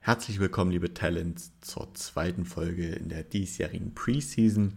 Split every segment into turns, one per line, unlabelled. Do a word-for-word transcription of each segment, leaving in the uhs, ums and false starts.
Herzlich willkommen, liebe Talents, zur zweiten Folge in der diesjährigen Preseason.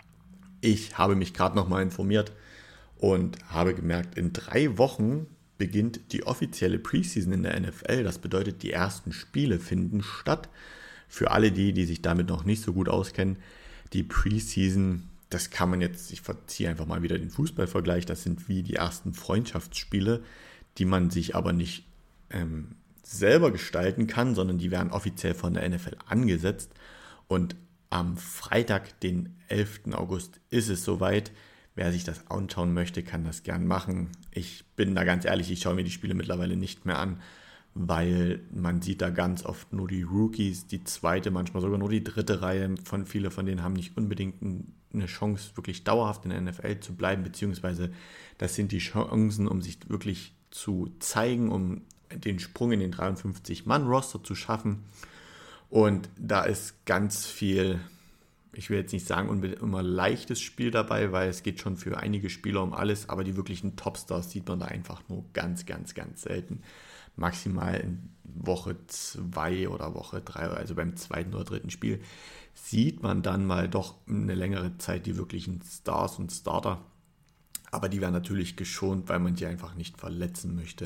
Ich habe mich gerade nochmal informiert und habe gemerkt, in drei Wochen beginnt die offizielle Preseason in der N F L. Das bedeutet, die ersten Spiele finden statt. Für alle die, die sich damit noch nicht so gut auskennen, die Preseason, das kann man jetzt, ich verziehe einfach mal wieder den Fußballvergleich, das sind wie die ersten Freundschaftsspiele, die man sich aber nicht ähm, selber gestalten kann, sondern die werden offiziell von der N F L angesetzt. Und am Freitag, den elften August, ist es soweit. Wer sich das anschauen möchte, kann das gern machen. Ich bin da ganz ehrlich, ich schaue mir die Spiele mittlerweile nicht mehr an, weil man sieht da ganz oft nur die Rookies, die zweite, manchmal sogar nur die dritte Reihe. Von viele von denen haben nicht unbedingt eine Chance, wirklich dauerhaft in der N F L zu bleiben, beziehungsweise das sind die Chancen, um sich wirklich zu zeigen, um den Sprung in den dreiundfünfzig-Mann-Roster zu schaffen. Und da ist ganz viel, ich will jetzt nicht sagen unbedingt immer leichtes Spiel dabei, weil es geht schon für einige Spieler um alles, aber die wirklichen Topstars sieht man da einfach nur ganz, ganz, ganz selten. Maximal in Woche zwei oder Woche drei, also beim zweiten oder dritten Spiel, sieht man dann mal doch eine längere Zeit die wirklichen Stars und Starter. Aber die werden natürlich geschont, weil man die einfach nicht verletzen möchte.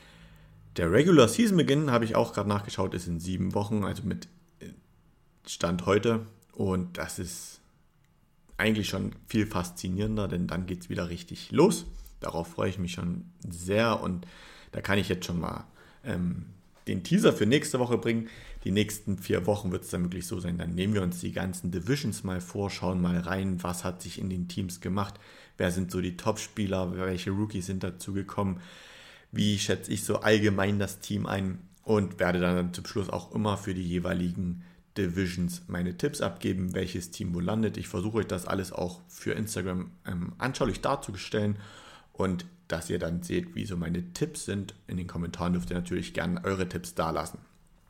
Der Regular Season Beginn, habe ich auch gerade nachgeschaut, ist in sieben Wochen, also mit Stand heute. Und das ist eigentlich schon viel faszinierender, denn dann geht es wieder richtig los. Darauf freue ich mich schon sehr und da kann ich jetzt schon mal ähm, den Teaser für nächste Woche bringen. Die nächsten vier Wochen wird es dann wirklich so sein, dann nehmen wir uns die ganzen Divisions mal vor, schauen mal rein, was hat sich in den Teams gemacht, wer sind so die Top-Spieler, welche Rookies sind dazu gekommen, wie schätze ich so allgemein das Team ein und werde dann zum Schluss auch immer für die jeweiligen Divisions meine Tipps abgeben, welches Team wo landet. Ich versuche euch das alles auch für Instagram ähm, anschaulich darzustellen und dass ihr dann seht, wie so meine Tipps sind. In den Kommentaren dürft ihr natürlich gerne eure Tipps dalassen.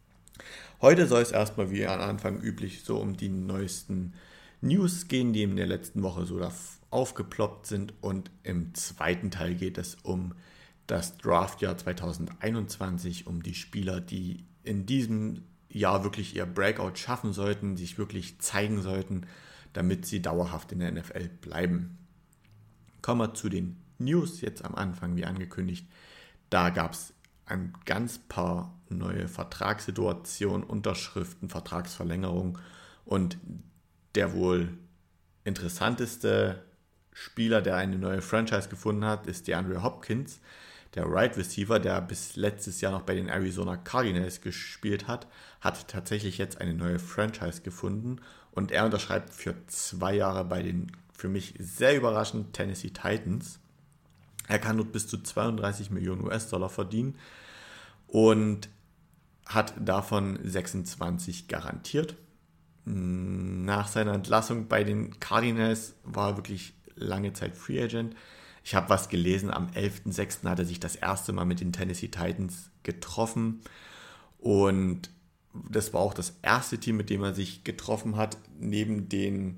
Heute soll es erstmal wie am Anfang üblich so um die neuesten News gehen, die in der letzten Woche so da aufgeploppt sind und im zweiten Teil geht es um das Draftjahr zwanzig einundzwanzig, um die Spieler, die in diesem Jahr wirklich ihr Breakout schaffen sollten, sich wirklich zeigen sollten, damit sie dauerhaft in der N F L bleiben. Kommen wir zu den News jetzt am Anfang, wie angekündigt. Da gab es ein ganz paar neue Vertragssituationen, Unterschriften, Vertragsverlängerungen und der wohl interessanteste Spieler, der eine neue Franchise gefunden hat, ist DeAndre Hopkins, der Right Receiver, der bis letztes Jahr noch bei den Arizona Cardinals gespielt hat, hat tatsächlich jetzt eine neue Franchise gefunden und er unterschreibt für zwei Jahre bei den für mich sehr überraschenden Tennessee Titans. Er kann dort bis zu zweiunddreißig Millionen U S-Dollar verdienen und hat davon sechsundzwanzig garantiert. Nach seiner Entlassung bei den Cardinals war er wirklich lange Zeit Free Agent. Ich habe was gelesen, am elften sechsten hat er sich das erste Mal mit den Tennessee Titans getroffen und das war auch das erste Team, mit dem er sich getroffen hat. Neben den,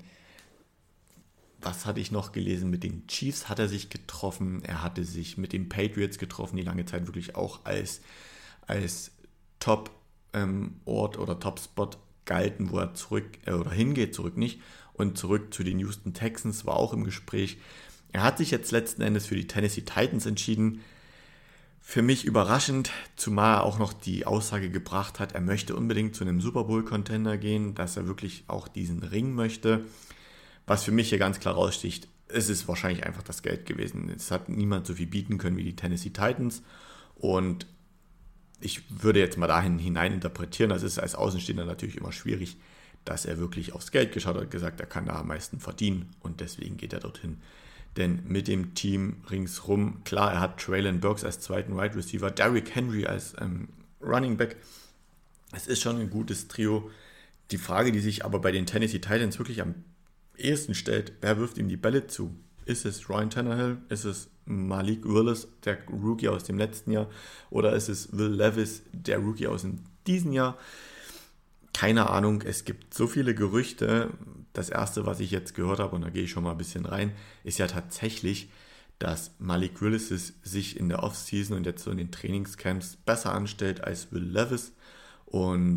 was hatte ich noch gelesen, mit den Chiefs hat er sich getroffen. Er hatte sich mit den Patriots getroffen, die lange Zeit wirklich auch als, als Top-Ort ähm, oder Top-Spot galten, wo er zurück äh, oder hingeht, zurück nicht. Und zurück zu den Houston Texans war auch im Gespräch. Er hat sich jetzt letzten Endes für die Tennessee Titans entschieden. Für mich überraschend, zumal er auch noch die Aussage gebracht hat, er möchte unbedingt zu einem Super Bowl-Contender gehen, dass er wirklich auch diesen Ring möchte. Was für mich hier ganz klar raussticht, es ist wahrscheinlich einfach das Geld gewesen. Es hat niemand so viel bieten können wie die Tennessee Titans. Und ich würde jetzt mal dahin hinein interpretieren, das ist als Außenstehender natürlich immer schwierig, dass er wirklich aufs Geld geschaut hat und gesagt, er kann da am meisten verdienen und deswegen geht er dorthin. Denn mit dem Team ringsrum, klar, er hat Traylon Burks als zweiten Wide Receiver, Derrick Henry als ähm, Running Back. Es ist schon ein gutes Trio. Die Frage, die sich aber bei den Tennessee Titans wirklich am ehesten stellt, wer wirft ihm die Bälle zu? Ist es Ryan Tannehill? Ist es Malik Willis, der Rookie aus dem letzten Jahr? Oder ist es Will Levis, der Rookie aus diesem Jahr? Keine Ahnung, es gibt so viele Gerüchte. Das erste, was ich jetzt gehört habe, und da gehe ich schon mal ein bisschen rein, ist ja tatsächlich, dass Malik Willis sich in der Offseason und jetzt so in den Trainingscamps besser anstellt als Will Levis. Und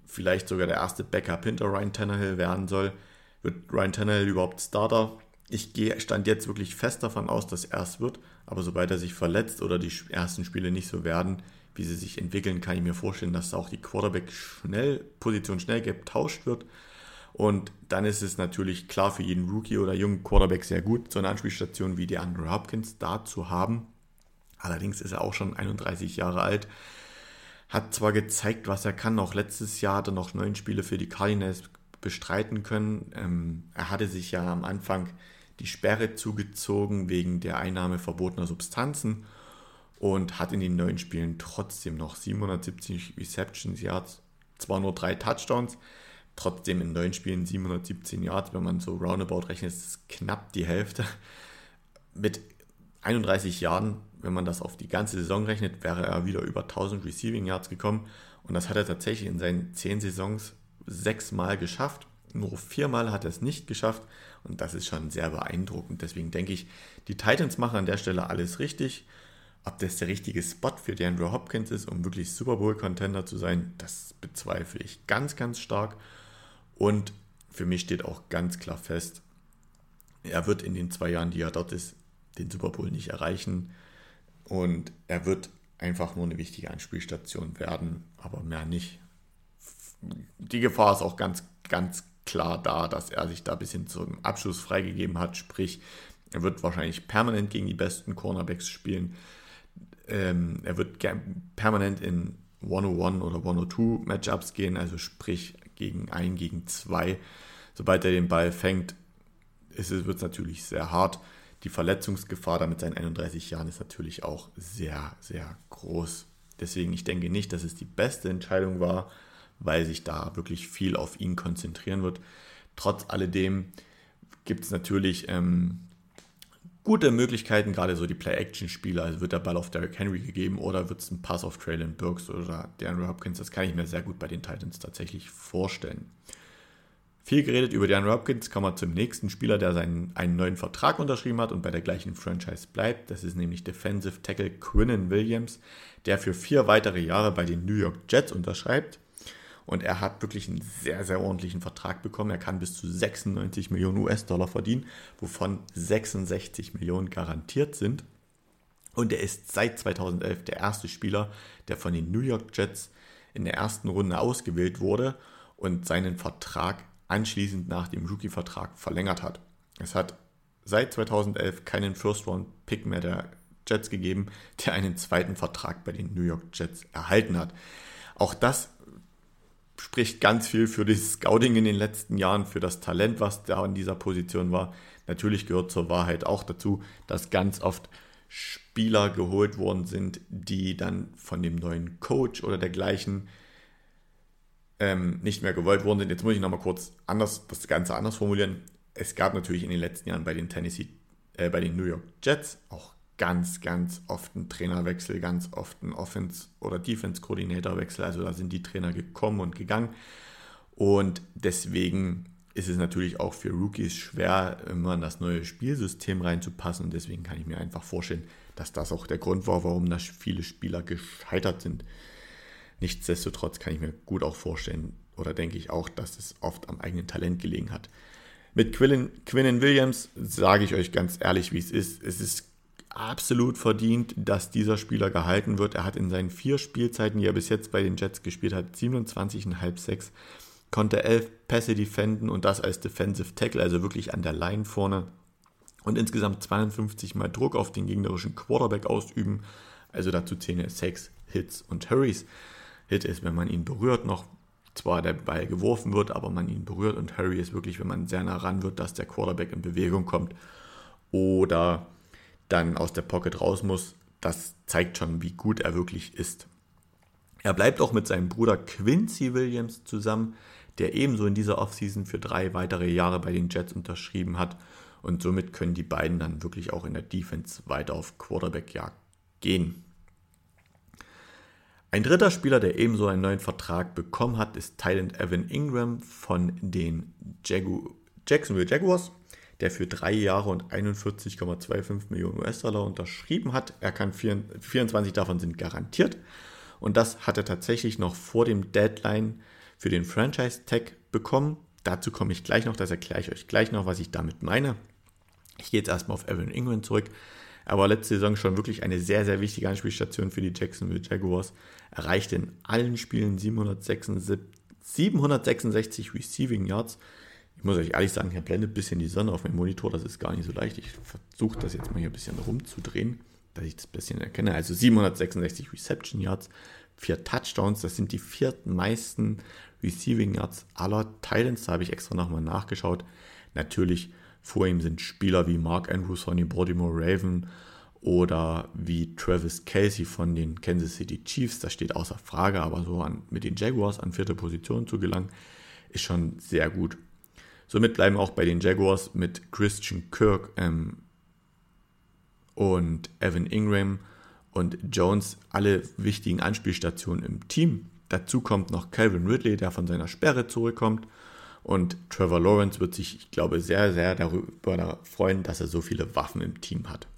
vielleicht sogar der erste Backup hinter Ryan Tannehill werden soll. Wird Ryan Tannehill überhaupt Starter? Ich gehe stand jetzt wirklich fest davon aus, dass er es wird, aber sobald er sich verletzt oder die ersten Spiele nicht so werden, wie sie sich entwickeln, kann ich mir vorstellen, dass auch die Quarterback-Position schnell getauscht wird. Und dann ist es natürlich klar für jeden Rookie oder jungen Quarterback sehr gut, so eine Anspielstation wie DeAndre Hopkins da zu haben. Allerdings ist er auch schon einunddreißig Jahre alt, hat zwar gezeigt, was er kann, auch letztes Jahr hat er noch neun Spiele für die Cardinals bestreiten können. Ähm, er hatte sich ja am Anfang die Sperre zugezogen wegen der Einnahme verbotener Substanzen und hat in den neun Spielen trotzdem noch siebenhundertsiebzig Receptions Yards, zwar nur drei Touchdowns, trotzdem in neun Spielen siebenhundertsiebzehn Yards, wenn man so roundabout rechnet, ist es knapp die Hälfte. Mit einunddreißig Jahren, wenn man das auf die ganze Saison rechnet, wäre er wieder über tausend Receiving Yards gekommen und das hat er tatsächlich in seinen zehn Saisons sechsmal geschafft. Nur viermal hat er es nicht geschafft und das ist schon sehr beeindruckend. Deswegen denke ich, die Titans machen an der Stelle alles richtig. Ob das der richtige Spot für DeAndre Hopkins ist, um wirklich Super Bowl-Contender zu sein, das bezweifle ich ganz, ganz stark. Und für mich steht auch ganz klar fest, er wird in den zwei Jahren, die er dort ist, den Super Bowl nicht erreichen. Und er wird einfach nur eine wichtige Anspielstation werden, aber mehr nicht. Die Gefahr ist auch ganz, ganz klar da, dass er sich da bis hin zum Abschluss freigegeben hat. Sprich, er wird wahrscheinlich permanent gegen die besten Cornerbacks spielen. Ähm, er wird permanent in one-on-one oder one-on-two Matchups gehen, also sprich gegen ein, gegen zwei. Sobald er den Ball fängt, ist es, wird es natürlich sehr hart. Die Verletzungsgefahr da mit seinen einunddreißig Jahren ist natürlich auch sehr, sehr groß. Deswegen, ich denke nicht, dass es die beste Entscheidung war, weil sich da wirklich viel auf ihn konzentrieren wird. Trotz alledem gibt es natürlich ähm, gute Möglichkeiten, gerade so die Play-Action-Spieler. Also wird der Ball auf Derrick Henry gegeben oder wird es ein Pass auf Treylon Burks oder DeAndre Hopkins? Das kann ich mir sehr gut bei den Titans tatsächlich vorstellen. Viel geredet über DeAndre Hopkins, kommen wir zum nächsten Spieler, der seinen, einen neuen Vertrag unterschrieben hat und bei der gleichen Franchise bleibt. Das ist nämlich Defensive Tackle Quinnen Williams, der für vier weitere Jahre bei den New York Jets unterschreibt. Und er hat wirklich einen sehr, sehr ordentlichen Vertrag bekommen. Er kann bis zu sechsundneunzig Millionen U S-Dollar verdienen, wovon sechsundsechzig Millionen garantiert sind. Und er ist seit zweitausendelf der erste Spieler, der von den New York Jets in der ersten Runde ausgewählt wurde und seinen Vertrag anschließend nach dem Rookie-Vertrag verlängert hat. Es hat seit zweitausendelf keinen First-Round-Pick mehr der Jets gegeben, der einen zweiten Vertrag bei den New York Jets erhalten hat. Auch das spricht ganz viel für das Scouting in den letzten Jahren, für das Talent, was da in dieser Position war. Natürlich gehört zur Wahrheit auch dazu, dass ganz oft Spieler geholt worden sind, die dann von dem neuen Coach oder dergleichen ähm, nicht mehr gewollt worden sind. Jetzt muss ich nochmal kurz anders, das Ganze anders formulieren. Es gab natürlich in den letzten Jahren bei den Tennessee, äh, bei den New York Jets auch ganz, ganz oft einen Trainerwechsel, ganz oft einen Offense- oder Defense-Koordinatorwechsel. Also da sind die Trainer gekommen und gegangen. Und deswegen ist es natürlich auch für Rookies schwer, immer in das neue Spielsystem reinzupassen. Und deswegen kann ich mir einfach vorstellen, dass das auch der Grund war, warum da viele Spieler gescheitert sind. Nichtsdestotrotz kann ich mir gut auch vorstellen, oder denke ich auch, dass es oft am eigenen Talent gelegen hat. Mit Quinnen, Quinnen Williams sage ich euch ganz ehrlich, wie es ist. Es ist absolut verdient, dass dieser Spieler gehalten wird. Er hat in seinen vier Spielzeiten, die er bis jetzt bei den Jets gespielt hat, siebenundzwanzig Komma fünf Sacks, konnte elf Pässe defenden und das als Defensive Tackle, also wirklich an der Line vorne. Und insgesamt zweiundfünfzig Mal Druck auf den gegnerischen Quarterback ausüben. Also dazu zählen Sacks, Hits und Hurries. Hit ist, wenn man ihn berührt, noch zwar der Ball geworfen wird, aber man ihn berührt, und Hurry ist wirklich, wenn man sehr nah ran wird, dass der Quarterback in Bewegung kommt oder dann aus der Pocket raus muss. Das zeigt schon, wie gut er wirklich ist. Er bleibt auch mit seinem Bruder Quincy Williams zusammen, der ebenso in dieser Offseason für drei weitere Jahre bei den Jets unterschrieben hat, und somit können die beiden dann wirklich auch in der Defense weiter auf Quarterback-Jagd gehen. Ein dritter Spieler, der ebenso einen neuen Vertrag bekommen hat, ist Tight End Evan Ingram von den Jagu- Jacksonville Jaguars, der für drei Jahre und einundvierzig Komma fünfundzwanzig Millionen U S-Dollar unterschrieben hat. Er kann vierundzwanzig davon sind garantiert, und das hat er tatsächlich noch vor dem Deadline für den Franchise-Tag bekommen. Dazu komme ich gleich noch, das erkläre ich euch gleich noch, was ich damit meine. Ich gehe jetzt erstmal auf Evan Ingram zurück. Er war letzte Saison schon wirklich eine sehr, sehr wichtige Anspielstation für die Jacksonville Jaguars. Erreichte in allen Spielen siebenhundertsechsundsechzig Receiving Yards. Ich muss euch ehrlich sagen, hier blendet ein bisschen die Sonne auf meinem Monitor. Das ist gar nicht so leicht. Ich versuche das jetzt mal hier ein bisschen rumzudrehen, dass ich das ein bisschen erkenne. Also siebenhundertsechsundsechzig Reception Yards, vier Touchdowns. Das sind die viertmeisten Receiving Yards aller Titans. Da habe ich extra nochmal nachgeschaut. Natürlich vor ihm sind Spieler wie Mark Andrews von den Baltimore Ravens oder wie Travis Kelce von den Kansas City Chiefs. Das steht außer Frage, aber so an, mit den Jaguars an vierte Position zu gelangen, ist schon sehr gut. Somit bleiben auch bei den Jaguars mit Christian Kirk ähm, und Evan Ingram und Jones alle wichtigen Anspielstationen im Team. Dazu kommt noch Calvin Ridley, der von seiner Sperre zurückkommt. Und Trevor Lawrence wird sich, ich glaube, sehr, sehr darüber freuen, dass er so viele Waffen im Team hat.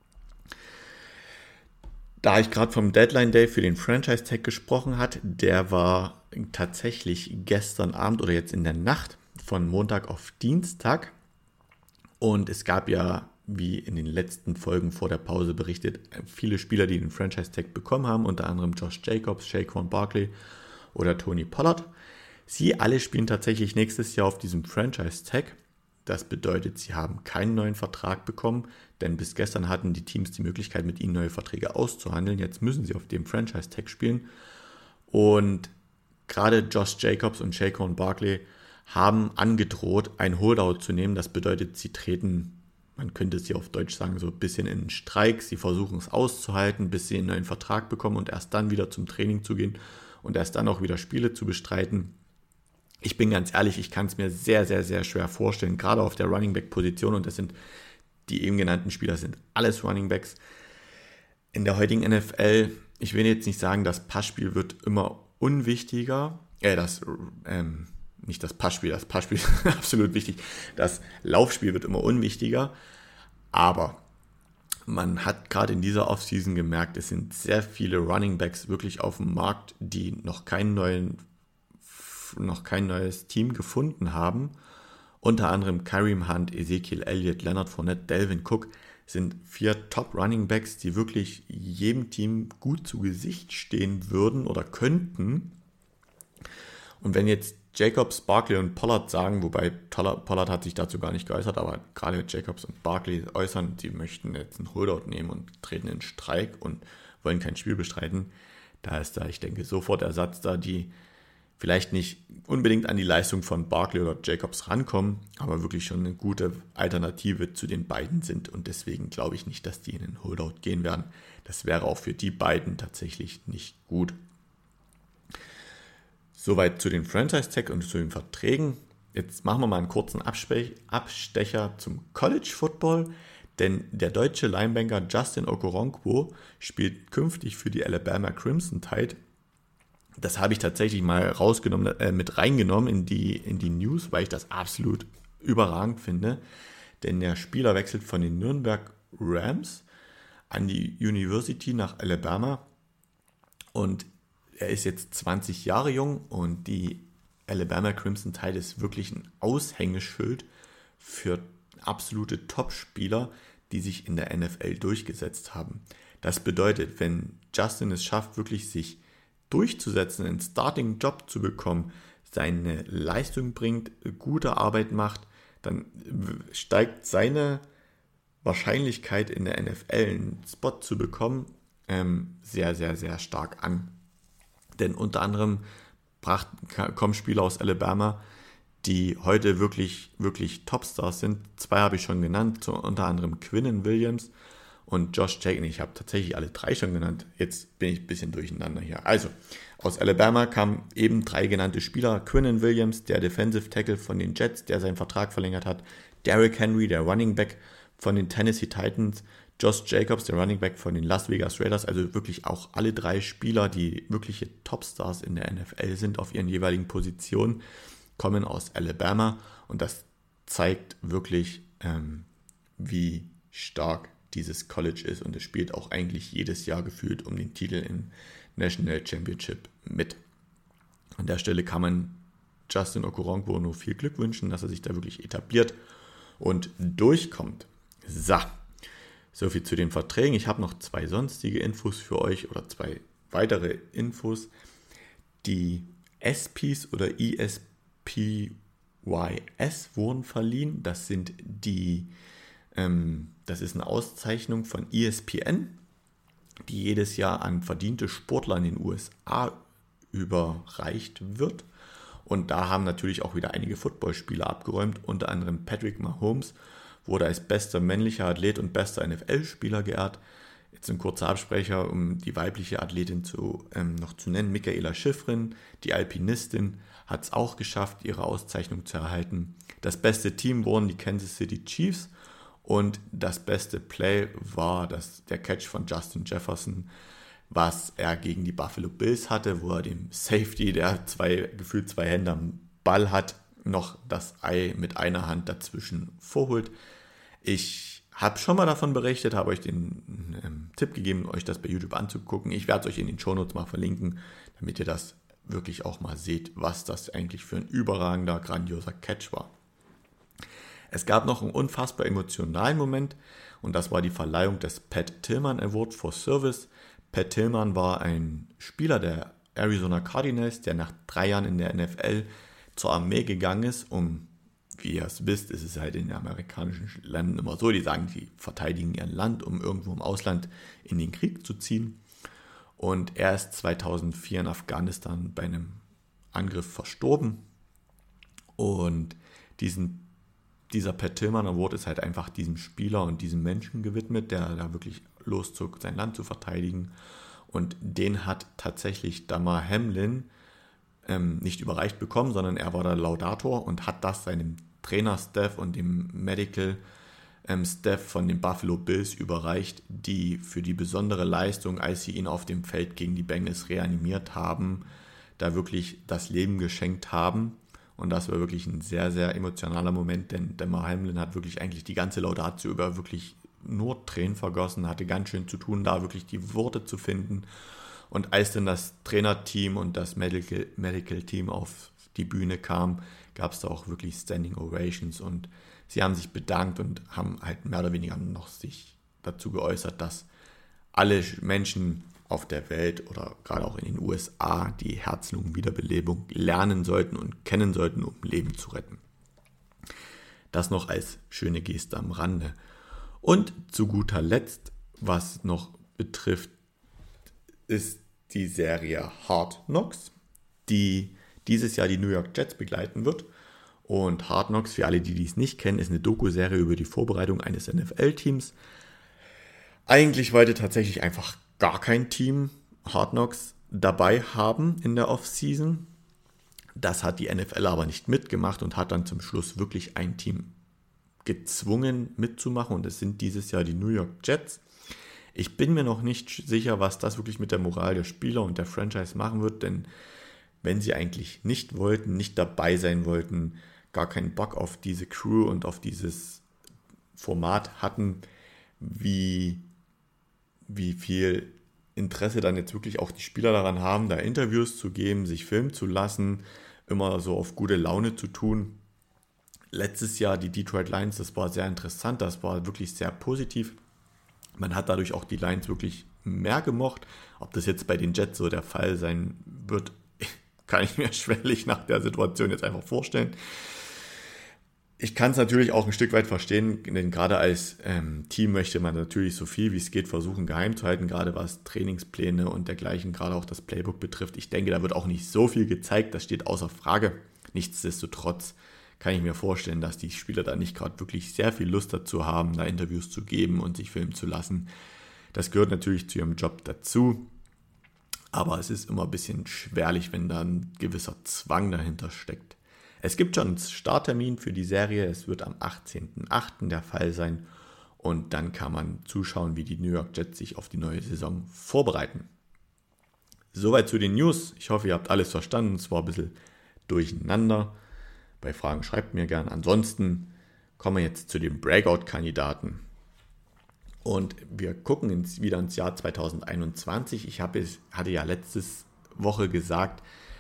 Da ich gerade vom Deadline Day für den Franchise Tag gesprochen habe, der war tatsächlich gestern Abend oder jetzt in der Nacht von Montag auf Dienstag. Und es gab ja, wie in den letzten Folgen vor der Pause berichtet, viele Spieler, die den Franchise Tag bekommen haben, unter anderem Josh Jacobs, Saquon Barkley oder Tony Pollard. Sie alle spielen tatsächlich nächstes Jahr auf diesem Franchise-Tag. Das bedeutet, sie haben keinen neuen Vertrag bekommen, denn bis gestern hatten die Teams die Möglichkeit, mit ihnen neue Verträge auszuhandeln. Jetzt müssen sie auf dem Franchise-Tag spielen. Und gerade Josh Jacobs und Saquon Barkley haben angedroht, ein Holdout zu nehmen. Das bedeutet, sie treten, man könnte es hier auf Deutsch sagen, so ein bisschen in einen Streik. Sie versuchen es auszuhalten, bis sie einen neuen Vertrag bekommen und erst dann wieder zum Training zu gehen und erst dann auch wieder Spiele zu bestreiten. Ich bin ganz ehrlich, ich kann es mir sehr, sehr, sehr schwer vorstellen, gerade auf der Running Back Position, und das sind die eben genannten Spieler, sind alles Running Backs. In der heutigen N F L, ich will jetzt nicht sagen, das Passspiel wird immer unwichtiger, äh, das, ähm, nicht das Passspiel, das Passspiel ist absolut wichtig, das Laufspiel wird immer unwichtiger, aber man hat gerade in dieser Offseason gemerkt, es sind sehr viele Running Backs wirklich auf dem Markt, die noch keinen neuen noch kein neues Team gefunden haben. Unter anderem Kareem Hunt, Ezekiel Elliott, Leonard Fournette, Dalvin Cook sind vier Top-Running-Backs, die wirklich jedem Team gut zu Gesicht stehen würden oder könnten. Und wenn jetzt Jacobs, Barkley und Pollard sagen, wobei Pollard hat sich dazu gar nicht geäußert, aber gerade Jacobs und Barkley äußern, sie möchten jetzt einen Holdout nehmen und treten in Streik und wollen kein Spiel bestreiten, da ist da, ich denke, sofort Ersatz da, die vielleicht nicht unbedingt an die Leistung von Barkley oder Jacobs rankommen, aber wirklich schon eine gute Alternative zu den beiden sind. Und deswegen glaube ich nicht, dass die in den Holdout gehen werden. Das wäre auch für die beiden tatsächlich nicht gut. Soweit zu den Franchise-Tag und zu den Verträgen. Jetzt machen wir mal einen kurzen Abstecher zum College Football, denn der deutsche Linebacker Justin Okoronkwo spielt künftig für die Alabama Crimson Tide. Das habe ich tatsächlich mal rausgenommen, äh, mit reingenommen in die, in die News, weil ich das absolut überragend finde. Denn der Spieler wechselt von den Nürnberg Rams an die University nach Alabama. Und er ist jetzt zwanzig Jahre jung und die Alabama Crimson Tide ist wirklich ein Aushängeschild für absolute Top-Spieler, die sich in der N F L durchgesetzt haben. Das bedeutet, wenn Justin es schafft, wirklich sich durchzusetzen, einen Starting-Job zu bekommen, seine Leistung bringt, gute Arbeit macht, dann steigt seine Wahrscheinlichkeit in der N F L einen Spot zu bekommen ähm, sehr, sehr, sehr stark an. Denn unter anderem bracht, kommen Spieler aus Alabama, die heute wirklich, wirklich Topstars sind. Zwei habe ich schon genannt, so unter anderem Quinnen Williams und Josh Jacobs. Ich habe tatsächlich alle drei schon genannt. Jetzt bin ich ein bisschen durcheinander hier. Also, aus Alabama kamen eben drei genannte Spieler. Quinnen Williams, der Defensive Tackle von den Jets, der seinen Vertrag verlängert hat. Derrick Henry, der Running Back von den Tennessee Titans. Josh Jacobs, der Running Back von den Las Vegas Raiders. Also wirklich auch alle drei Spieler, die wirkliche Topstars in der N F L sind auf ihren jeweiligen Positionen, kommen aus Alabama. Und das zeigt wirklich, ähm, wie stark dieses College ist, und es spielt auch eigentlich jedes Jahr gefühlt um den Titel im National Championship mit. An der Stelle kann man Justin Okoronkwo nur viel Glück wünschen, dass er sich da wirklich etabliert und durchkommt. So, so viel zu den Verträgen. Ich habe noch zwei sonstige Infos für euch oder zwei weitere Infos. Die S Ps oder E S P Y S wurden verliehen. Das sind die, ähm, das ist eine Auszeichnung von E S P N, die jedes Jahr an verdiente Sportler in den U S A überreicht wird. Und da haben natürlich auch wieder einige Footballspieler abgeräumt. Unter anderem Patrick Mahomes wurde als bester männlicher Athlet und bester N F L-Spieler geehrt. Jetzt ein kurzer Absprecher, um die weibliche Athletin zu, ähm, noch zu nennen. Michaela Schifrin, die Alpinistin, hat es auch geschafft, ihre Auszeichnung zu erhalten. Das beste Team wurden die Kansas City Chiefs und das beste Play war das, der Catch von Justin Jefferson, was er gegen die Buffalo Bills hatte, wo er dem Safety, der zwei, gefühlt zwei Hände am Ball hat, noch das Ei mit einer Hand dazwischen vorholt. Ich habe schon mal davon berichtet, habe euch den ähm, Tipp gegeben, euch das bei YouTube anzugucken. Ich werde es euch in den Shownotes mal verlinken, damit ihr das wirklich auch mal seht, was das eigentlich für ein überragender, grandioser Catch war. Es gab noch einen unfassbar emotionalen Moment und das war die Verleihung des Pat Tillman Award for Service. Pat Tillman war ein Spieler der Arizona Cardinals, der nach drei Jahren in der N F L zur Armee gegangen ist, um, wie ihr es wisst, ist es halt in den amerikanischen Ländern immer so, die sagen, die verteidigen ihr Land, um irgendwo im Ausland in den Krieg zu ziehen. Und er ist zweitausendvier in Afghanistan bei einem Angriff verstorben. Und diesen, dieser Pat Tillman Award ist halt einfach diesem Spieler und diesem Menschen gewidmet, der da wirklich loszog, sein Land zu verteidigen. Und den hat tatsächlich Damar Hamlin ähm, nicht überreicht bekommen, sondern er war der Laudator und hat das seinem Trainer-Staff und dem Medical ähm, Staff von den Buffalo Bills überreicht, die für die besondere Leistung, als sie ihn auf dem Feld gegen die Bengals reanimiert haben, da wirklich das Leben geschenkt haben. Und das war wirklich ein sehr, sehr emotionaler Moment, denn Damar Hamlin hat wirklich eigentlich die ganze Laudatio über wirklich nur Tränen vergossen, hatte ganz schön zu tun, da wirklich die Worte zu finden. Und als dann das Trainerteam und das Medical, Medical Team auf die Bühne kam, gab es da auch wirklich Standing Ovations und sie haben sich bedankt und haben halt mehr oder weniger noch sich dazu geäußert, dass alle Menschen auf der Welt oder gerade auch in den U S A die Herz-Lungen-Wiederbelebung lernen sollten und kennen sollten, um Leben zu retten. Das noch als schöne Geste am Rande. Und zu guter Letzt, was noch betrifft, ist die Serie Hard Knocks, die dieses Jahr die New York Jets begleiten wird. Und Hard Knocks, für alle, die dies nicht kennen, ist eine Doku-Serie über die Vorbereitung eines N F L-Teams. Eigentlich wollte tatsächlich einfach gar kein Team Hard Knocks dabei haben in der Offseason. Das hat die N F L aber nicht mitgemacht und hat dann zum Schluss wirklich ein Team gezwungen mitzumachen. Und es sind dieses Jahr die New York Jets. Ich bin mir noch nicht sicher, was das wirklich mit der Moral der Spieler und der Franchise machen wird, denn wenn sie eigentlich nicht wollten, nicht dabei sein wollten, gar keinen Bock auf diese Crew und auf dieses Format hatten, wie, wie viel Interesse dann jetzt wirklich auch die Spieler daran haben, da Interviews zu geben, sich filmen zu lassen, immer so auf gute Laune zu tun. Letztes Jahr die Detroit Lions, das war sehr interessant, das war wirklich sehr positiv. Man hat dadurch auch die Lions wirklich mehr gemocht. Ob das jetzt bei den Jets so der Fall sein wird, kann ich mir schwerlich nach der Situation jetzt einfach vorstellen. Ich kann es natürlich auch ein Stück weit verstehen, denn gerade als ähm, Team möchte man natürlich so viel wie es geht versuchen geheim zu halten, gerade was Trainingspläne und dergleichen, gerade auch das Playbook betrifft. Ich denke, da wird auch nicht so viel gezeigt, das steht außer Frage. Nichtsdestotrotz kann ich mir vorstellen, dass die Spieler da nicht gerade wirklich sehr viel Lust dazu haben, da Interviews zu geben und sich filmen zu lassen. Das gehört natürlich zu ihrem Job dazu, aber es ist immer ein bisschen schwerlich, wenn da ein gewisser Zwang dahinter steckt. Es gibt schon einen Starttermin für die Serie, es wird am achtzehnten achten der Fall sein und dann kann man zuschauen, wie die New York Jets sich auf die neue Saison vorbereiten. Soweit zu den News. Ich hoffe, ihr habt alles verstanden, es war ein bisschen durcheinander. Bei Fragen schreibt mir gern. Ansonsten kommen wir jetzt zu den Breakout-Kandidaten. Und wir gucken ins, wieder ins Jahr zweitausendeinundzwanzig. Ich habe, hatte ja letzte Woche gesagt,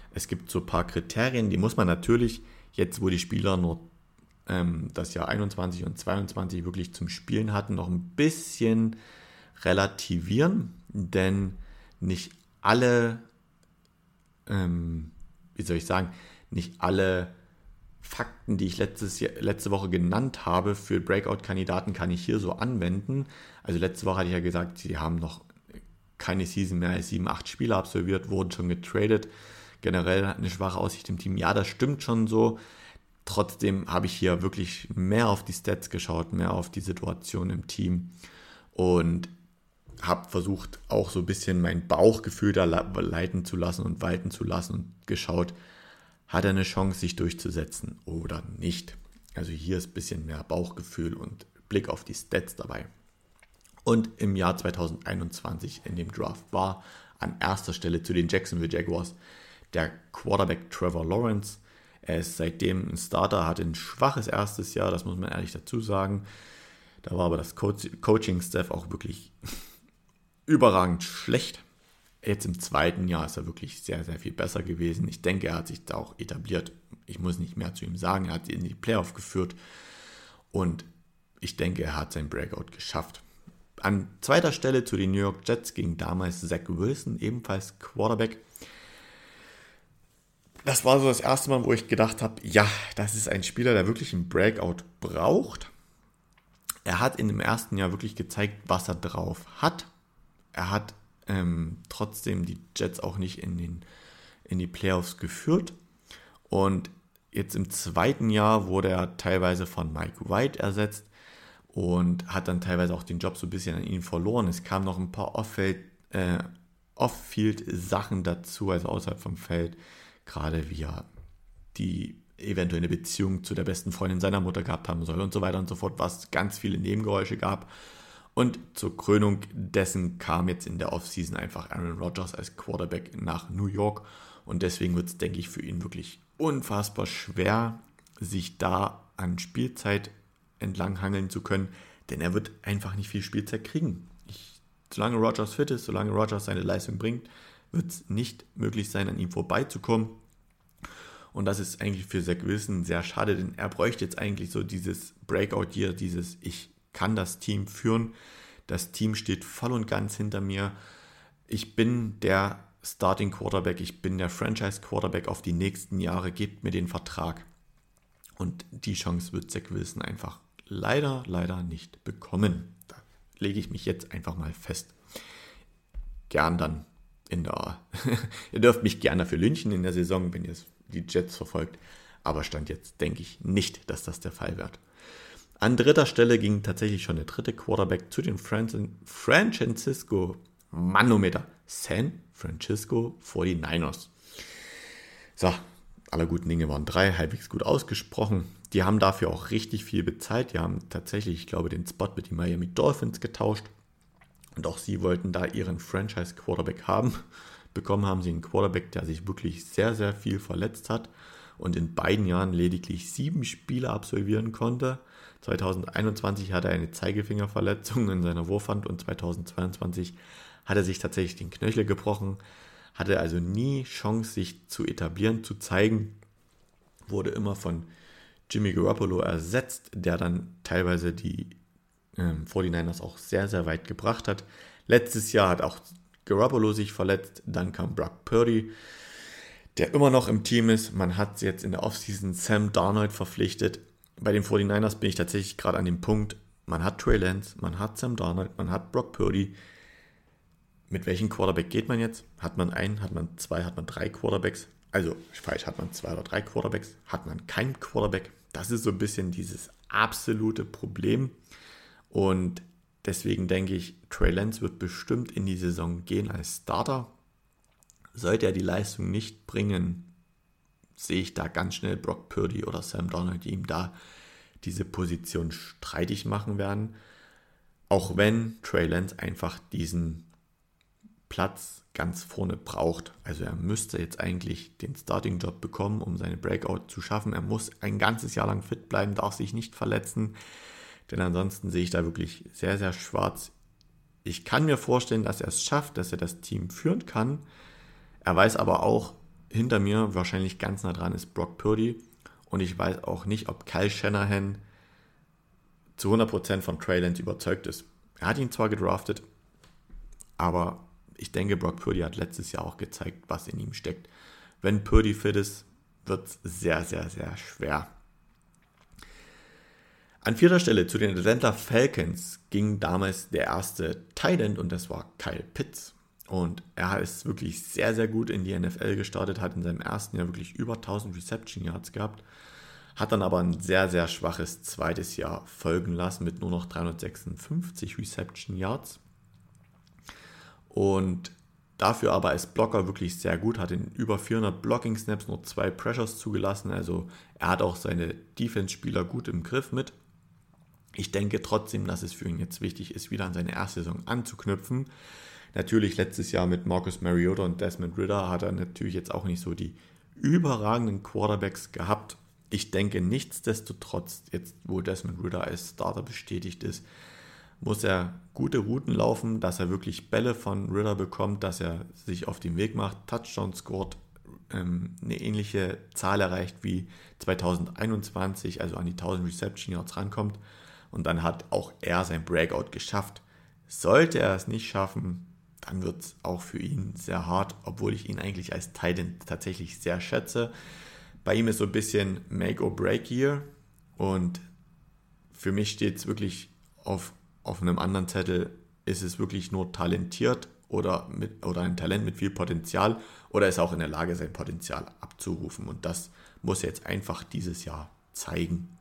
Es gibt so ein paar Kriterien, die muss man natürlich, jetzt wo die Spieler nur ähm, das Jahr einundzwanzig und zweiundzwanzig wirklich zum Spielen hatten, noch ein bisschen relativieren, denn nicht alle, ähm, wie soll ich sagen, nicht alle Fakten, die ich letztes Jahr, letzte Woche genannt habe für Breakout-Kandidaten, kann ich hier so anwenden. Also letzte Woche hatte ich ja gesagt, sie haben noch keine Season mehr als sieben, acht Spiele absolviert, wurden schon getradet. Generell eine schwache Aussicht im Team. Ja, das stimmt schon so. Trotzdem habe ich hier wirklich mehr auf die Stats geschaut, mehr auf die Situation im Team und habe versucht, auch so ein bisschen mein Bauchgefühl da leiten zu lassen und walten zu lassen und geschaut, hat er eine Chance, sich durchzusetzen oder nicht. Also hier ist ein bisschen mehr Bauchgefühl und Blick auf die Stats dabei. Und im Jahr zwanzig einundzwanzig in dem Draft war an erster Stelle zu den Jacksonville Jaguars der Quarterback Trevor Lawrence. Er ist seitdem ein Starter, hatte ein schwaches erstes Jahr, das muss man ehrlich dazu sagen. Da war aber das Coaching-Staff auch wirklich überragend schlecht. Jetzt im zweiten Jahr ist er wirklich sehr, sehr viel besser gewesen. Ich denke, er hat sich da auch etabliert. Ich muss nicht mehr zu ihm sagen. Er hat sie in die Playoff geführt. Und ich denke, er hat sein Breakout geschafft. An zweiter Stelle zu den New York Jets ging damals Zach Wilson, ebenfalls Quarterback. Das war so das erste Mal, wo ich gedacht habe, ja, das ist ein Spieler, der wirklich einen Breakout braucht. Er hat in dem ersten Jahr wirklich gezeigt, was er drauf hat. Er hat ähm, trotzdem die Jets auch nicht in, den, in die Playoffs geführt. Und jetzt im zweiten Jahr wurde er teilweise von Mike White ersetzt und hat dann teilweise auch den Job so ein bisschen an ihn verloren. Es kamen noch ein paar Off-Field, äh, Off-Field-Sachen dazu, also außerhalb vom Feld, gerade wie er die eventuell eine Beziehung zu der besten Freundin seiner Mutter gehabt haben soll und so weiter und so fort, was ganz viele Nebengeräusche gab. Und zur Krönung dessen kam jetzt in der Offseason einfach Aaron Rodgers als Quarterback nach New York. Und deswegen wird es, denke ich, für ihn wirklich unfassbar schwer, sich da an Spielzeit entlang hangeln zu können, denn er wird einfach nicht viel Spielzeit kriegen. Ich, solange Rodgers fit ist, solange Rodgers seine Leistung bringt, wird es nicht möglich sein, an ihm vorbeizukommen. Und das ist eigentlich für Zach Wilson sehr schade, denn er bräuchte jetzt eigentlich so dieses Breakout hier, dieses ich kann das Team führen. Das Team steht voll und ganz hinter mir. Ich bin der Starting Quarterback, ich bin der Franchise Quarterback auf die nächsten Jahre. Gebt mir den Vertrag. Und die Chance wird Zach Wilson einfach leider, leider nicht bekommen. Da lege ich mich jetzt einfach mal fest. Gern dann in der... ihr dürft mich gerne dafür lynchen in der Saison, wenn ihr die Jets verfolgt. Aber Stand jetzt denke ich nicht, dass das der Fall wird. An dritter Stelle ging tatsächlich schon der dritte Quarterback zu den Fran- Francisco Manometer San Francisco forty-niners. So, aller guten Dinge waren drei, halbwegs gut ausgesprochen. Die haben dafür auch richtig viel bezahlt. Die haben tatsächlich, ich glaube, den Spot mit den Miami Dolphins getauscht. Und auch sie wollten da ihren Franchise-Quarterback haben. Bekommen haben sie einen Quarterback, der sich wirklich sehr, sehr viel verletzt hat und in beiden Jahren lediglich sieben Spiele absolvieren konnte. zwanzig einundzwanzig hatte er eine Zeigefingerverletzung in seiner Wurfhand und zwanzig zweiundzwanzig hat er sich tatsächlich den Knöchel gebrochen, hatte also nie Chance, sich zu etablieren, zu zeigen, wurde immer von Jimmy Garoppolo ersetzt, der dann teilweise die ähm, forty-niners auch sehr, sehr weit gebracht hat. Letztes Jahr hat auch Garoppolo sich verletzt, dann kam Brock Purdy, der immer noch im Team ist. Man hat jetzt in der Offseason Sam Darnold verpflichtet. Bei den forty-niners bin ich tatsächlich gerade an dem Punkt, man hat Trey Lance, man hat Sam Darnold, man hat Brock Purdy. Mit welchem Quarterback geht man jetzt? Hat man einen, hat man zwei, hat man drei Quarterbacks? Also, falsch, hat man zwei oder drei Quarterbacks? Hat man keinen Quarterback? Das ist so ein bisschen dieses absolute Problem. Und deswegen denke ich, Trey Lance wird bestimmt in die Saison gehen als Starter. Sollte er die Leistung nicht bringen, sehe ich da ganz schnell Brock Purdy oder Sam Darnold, die ihm da diese Position streitig machen werden. Auch wenn Trey Lance einfach diesen Platz ganz vorne braucht. Also er müsste jetzt eigentlich den Starting-Job bekommen, um seine Breakout zu schaffen. Er muss ein ganzes Jahr lang fit bleiben, darf sich nicht verletzen, denn ansonsten sehe ich da wirklich sehr, sehr schwarz. Ich kann mir vorstellen, dass er es schafft, dass er das Team führen kann. Er weiß aber auch, hinter mir, wahrscheinlich ganz nah dran, ist Brock Purdy. Und ich weiß auch nicht, ob Kyle Shanahan zu hundert Prozent von Trey Lance überzeugt ist. Er hat ihn zwar gedraftet, aber ich denke, Brock Purdy hat letztes Jahr auch gezeigt, was in ihm steckt. Wenn Purdy fit ist, wird es sehr, sehr, sehr schwer. An vierter Stelle zu den Atlanta Falcons ging damals der erste Tight End und das war Kyle Pitts. Und er ist wirklich sehr, sehr gut in die N F L gestartet, hat in seinem ersten Jahr wirklich über tausend Reception Yards gehabt, hat dann aber ein sehr, sehr schwaches zweites Jahr folgen lassen mit nur noch dreihundertsechsundfünfzig Reception Yards. Und dafür aber als Blocker wirklich sehr gut, hat in über vierhundert Blocking Snaps nur zwei Pressures zugelassen, also er hat auch seine Defense-Spieler gut im Griff mit. Ich denke trotzdem, dass es für ihn jetzt wichtig ist, wieder an seine erste Saison anzuknüpfen. Natürlich letztes Jahr mit Marcus Mariota und Desmond Ridder hat er natürlich jetzt auch nicht so die überragenden Quarterbacks gehabt. Ich denke nichtsdestotrotz, jetzt wo Desmond Ridder als Starter bestätigt ist, muss er gute Routen laufen, dass er wirklich Bälle von Ridder bekommt, dass er sich auf den Weg macht, Touchdown scored, ähm, eine ähnliche Zahl erreicht wie zweitausendeinundzwanzig, also an die tausend Reception Yards rankommt. Und dann hat auch er sein Breakout geschafft. Sollte er es nicht schaffen, dann wird es auch für ihn sehr hart, obwohl ich ihn eigentlich als Tight End tatsächlich sehr schätze. Bei ihm ist so ein bisschen Make or Break Year und für mich steht es wirklich auf, auf einem anderen Zettel, ist es wirklich nur talentiert oder, mit, oder ein Talent mit viel Potenzial oder ist er auch in der Lage, sein Potenzial abzurufen und das muss er jetzt einfach dieses Jahr zeigen.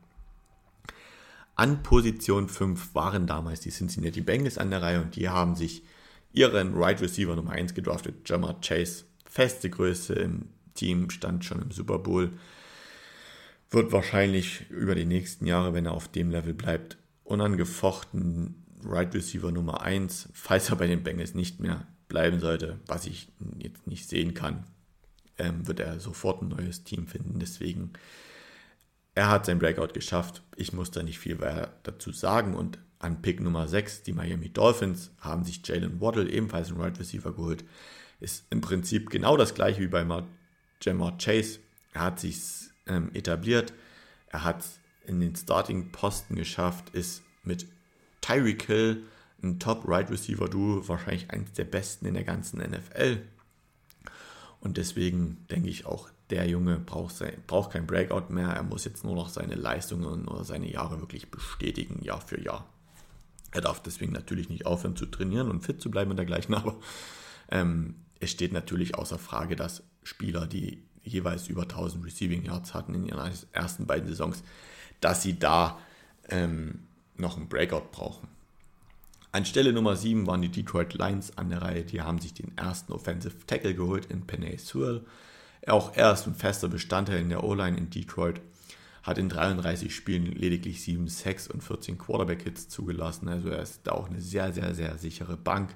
An Position fünf waren damals die Cincinnati Bengals an der Reihe und die haben sich ihren Right Receiver Nummer eins gedraftet, Ja'Marr Chase. Feste Größe im Team, stand schon im Super Bowl. Wird wahrscheinlich über die nächsten Jahre, wenn er auf dem Level bleibt, unangefochten Right Receiver Nummer eins, falls er bei den Bengals nicht mehr bleiben sollte, was ich jetzt nicht sehen kann, ähm, wird er sofort ein neues Team finden. Deswegen er hat sein Breakout geschafft. Ich muss da nicht viel mehr dazu sagen. Und an Pick Nummer sechs, die Miami Dolphins, haben sich Jalen Waddle, ebenfalls einen Wide Receiver, geholt. Ist im Prinzip genau das gleiche wie bei Ja'Marr Chase. Er hat sich ähm, etabliert. Er hat in den Starting-Posten geschafft, ist mit Tyreek Hill ein Top-Wide Receiver-Duo, wahrscheinlich eines der besten in der ganzen N F L. Und deswegen denke ich auch, der Junge braucht, sein, braucht kein Breakout mehr. Er muss jetzt nur noch seine Leistungen oder seine Jahre wirklich bestätigen, Jahr für Jahr. Er darf deswegen natürlich nicht aufhören zu trainieren und fit zu bleiben und dergleichen, aber ähm, es steht natürlich außer Frage, dass Spieler, die jeweils über tausend Receiving Yards hatten in ihren ersten beiden Saisons, dass sie da ähm, noch einen Breakout brauchen. An Stelle Nummer sieben waren die Detroit Lions an der Reihe. Die haben sich den ersten Offensive Tackle geholt in Penei Sewell. Auch er ist ein fester Bestandteil in der O-Line in Detroit. Hat in dreiunddreißig Spielen lediglich sieben Sacks und vierzehn Quarterback-Hits zugelassen. Also er ist da auch eine sehr, sehr, sehr sichere Bank.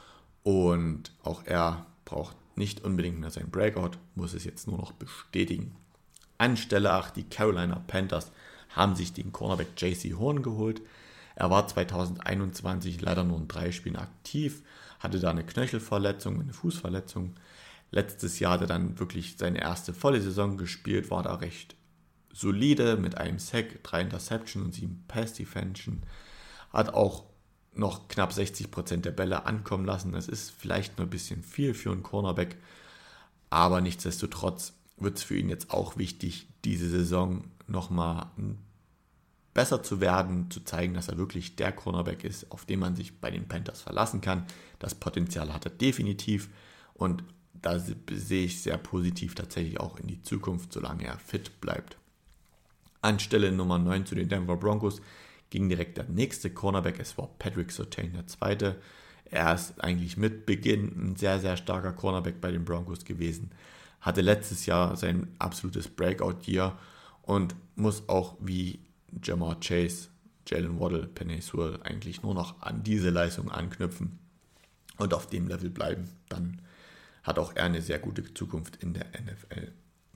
Und auch er braucht nicht unbedingt mehr sein Breakout, muss es jetzt nur noch bestätigen. An Stelle acht, die Carolina Panthers haben sich den Cornerback J C Horn geholt. Er war zweitausendeinundzwanzig leider nur in drei Spielen aktiv, hatte da eine Knöchelverletzung, eine Fußverletzung. Letztes Jahr hat er dann wirklich seine erste volle Saison gespielt, war da recht solide mit einem Sack, drei Interception und sieben Pass-Defension. Hat auch noch knapp sechzig Prozent der Bälle ankommen lassen. Das ist vielleicht nur ein bisschen viel für einen Cornerback, aber nichtsdestotrotz wird es für ihn jetzt auch wichtig, diese Saison nochmal besser zu werden, zu zeigen, dass er wirklich der Cornerback ist, auf den man sich bei den Panthers verlassen kann. Das Potenzial hat er definitiv und da sehe ich sehr positiv tatsächlich auch in die Zukunft, solange er fit bleibt. An Stelle Nummer neun zu den Denver Broncos ging direkt der nächste Cornerback, es war Patrick Surtain, der zweite. Er ist eigentlich mit Beginn ein sehr, sehr starker Cornerback bei den Broncos gewesen, hatte letztes Jahr sein absolutes Breakout-Year und muss auch wie Ja'Marr Chase, Jalen Waddle, Penei Sewell eigentlich nur noch an diese Leistung anknüpfen und auf dem Level bleiben. Dann hat auch er eine sehr gute Zukunft in der N F L.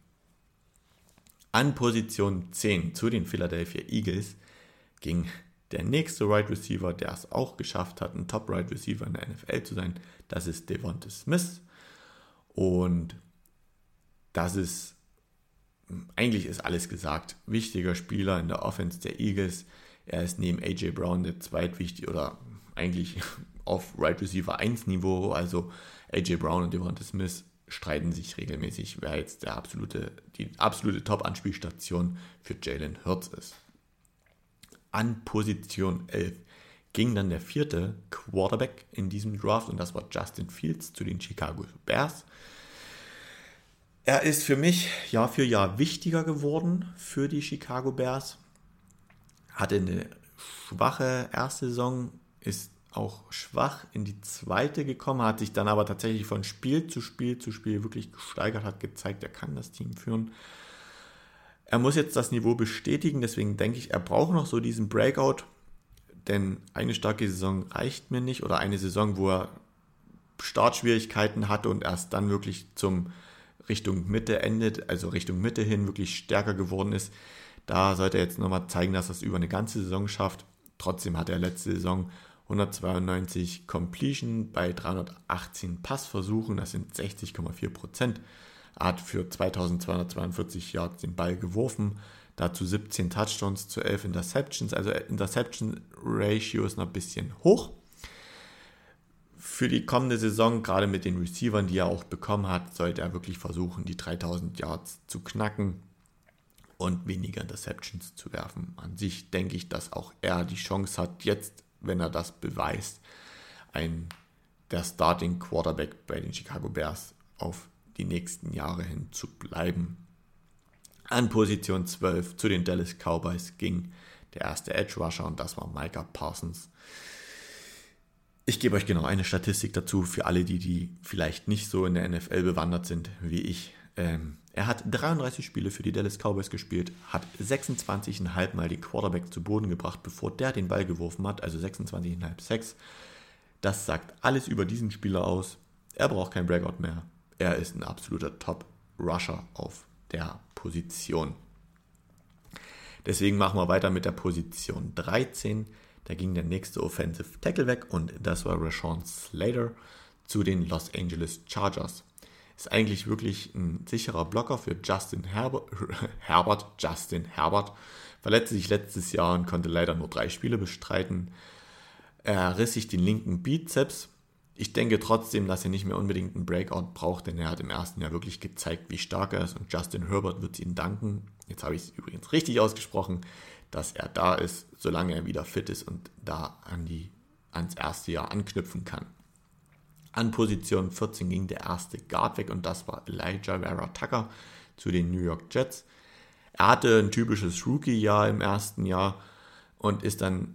An Position zehn zu den Philadelphia Eagles ging der nächste Wide Receiver, der es auch geschafft hat, ein Top-Wide Receiver in der N F L zu sein. Das ist Devonta Smith. Und das ist, eigentlich ist alles gesagt. Wichtiger Spieler in der Offense der Eagles. Er ist neben A J Brown der zweitwichtige oder eigentlich auf Right Receiver eins Niveau. Also A J Brown und Devonta Smith streiten sich regelmäßig, wer jetzt der absolute, die absolute Top-Anspielstation für Jalen Hurts ist. An Position elf ging dann der vierte Quarterback in diesem Draft und das war Justin Fields zu den Chicago Bears. Er ist für mich Jahr für Jahr wichtiger geworden für die Chicago Bears. Hatte eine schwache erste Saison, ist auch schwach in die zweite gekommen, hat sich dann aber tatsächlich von Spiel zu Spiel zu Spiel wirklich gesteigert, hat gezeigt, er kann das Team führen. Er muss jetzt das Niveau bestätigen, deswegen denke ich, er braucht noch so diesen Breakout, denn eine starke Saison reicht mir nicht oder eine Saison, wo er Startschwierigkeiten hatte und erst dann wirklich zum Richtung Mitte endet, also Richtung Mitte hin wirklich stärker geworden ist. Da sollte er jetzt nochmal zeigen, dass er es über eine ganze Saison schafft. Trotzdem hat er letzte Saison hundertzweiundneunzig Completion bei dreihundertachtzehn Passversuchen, das sind sechzig Komma vier Prozent. Er hat für zweitausendzweihundertzweiundvierzig Yards den Ball geworfen, dazu siebzehn Touchdowns zu elf Interceptions, also Interception Ratio ist noch ein bisschen hoch. Für die kommende Saison, gerade mit den Receivern, die er auch bekommen hat, sollte er wirklich versuchen, die dreitausend Yards zu knacken und weniger Interceptions zu werfen. An sich denke ich, dass auch er die Chance hat, jetzt, wenn er das beweist, ein, der Starting Quarterback bei den Chicago Bears auf die nächsten Jahre hin zu bleiben. An Position zwölf zu den Dallas Cowboys ging der erste Edge Rusher und das war Micah Parsons. Ich gebe euch genau eine Statistik dazu für alle, die, die vielleicht nicht so in der N F L bewandert sind wie ich. Ähm, er hat dreiunddreißig Spiele für die Dallas Cowboys gespielt, hat sechsundzwanzig Komma fünf Mal die Quarterback zu Boden gebracht, bevor der den Ball geworfen hat, also sechsundzwanzig Komma fünf Sacks. Das sagt alles über diesen Spieler aus. Er braucht kein Breakout mehr. Er ist ein absoluter Top-Rusher auf der Position. Deswegen machen wir weiter mit der Position dreizehn. Da ging der nächste Offensive Tackle weg und das war Rashawn Slater zu den Los Angeles Chargers. Ist eigentlich wirklich ein sicherer Blocker für Justin Herbert, Herbert, Justin Herbert. Verletzte sich letztes Jahr und konnte leider nur drei Spiele bestreiten. Er riss sich den linken Bizeps. Ich denke trotzdem, dass er nicht mehr unbedingt einen Breakout braucht, denn er hat im ersten Jahr wirklich gezeigt, wie stark er ist und Justin Herbert wird es ihm danken. Jetzt habe ich es übrigens richtig ausgesprochen, dass er da ist, solange er wieder fit ist und da an die, ans erste Jahr anknüpfen kann. An Position vierzehn ging der erste Guard weg und das war Elijah Vera Tucker zu den New York Jets. Er hatte ein typisches Rookie-Jahr im ersten Jahr und ist dann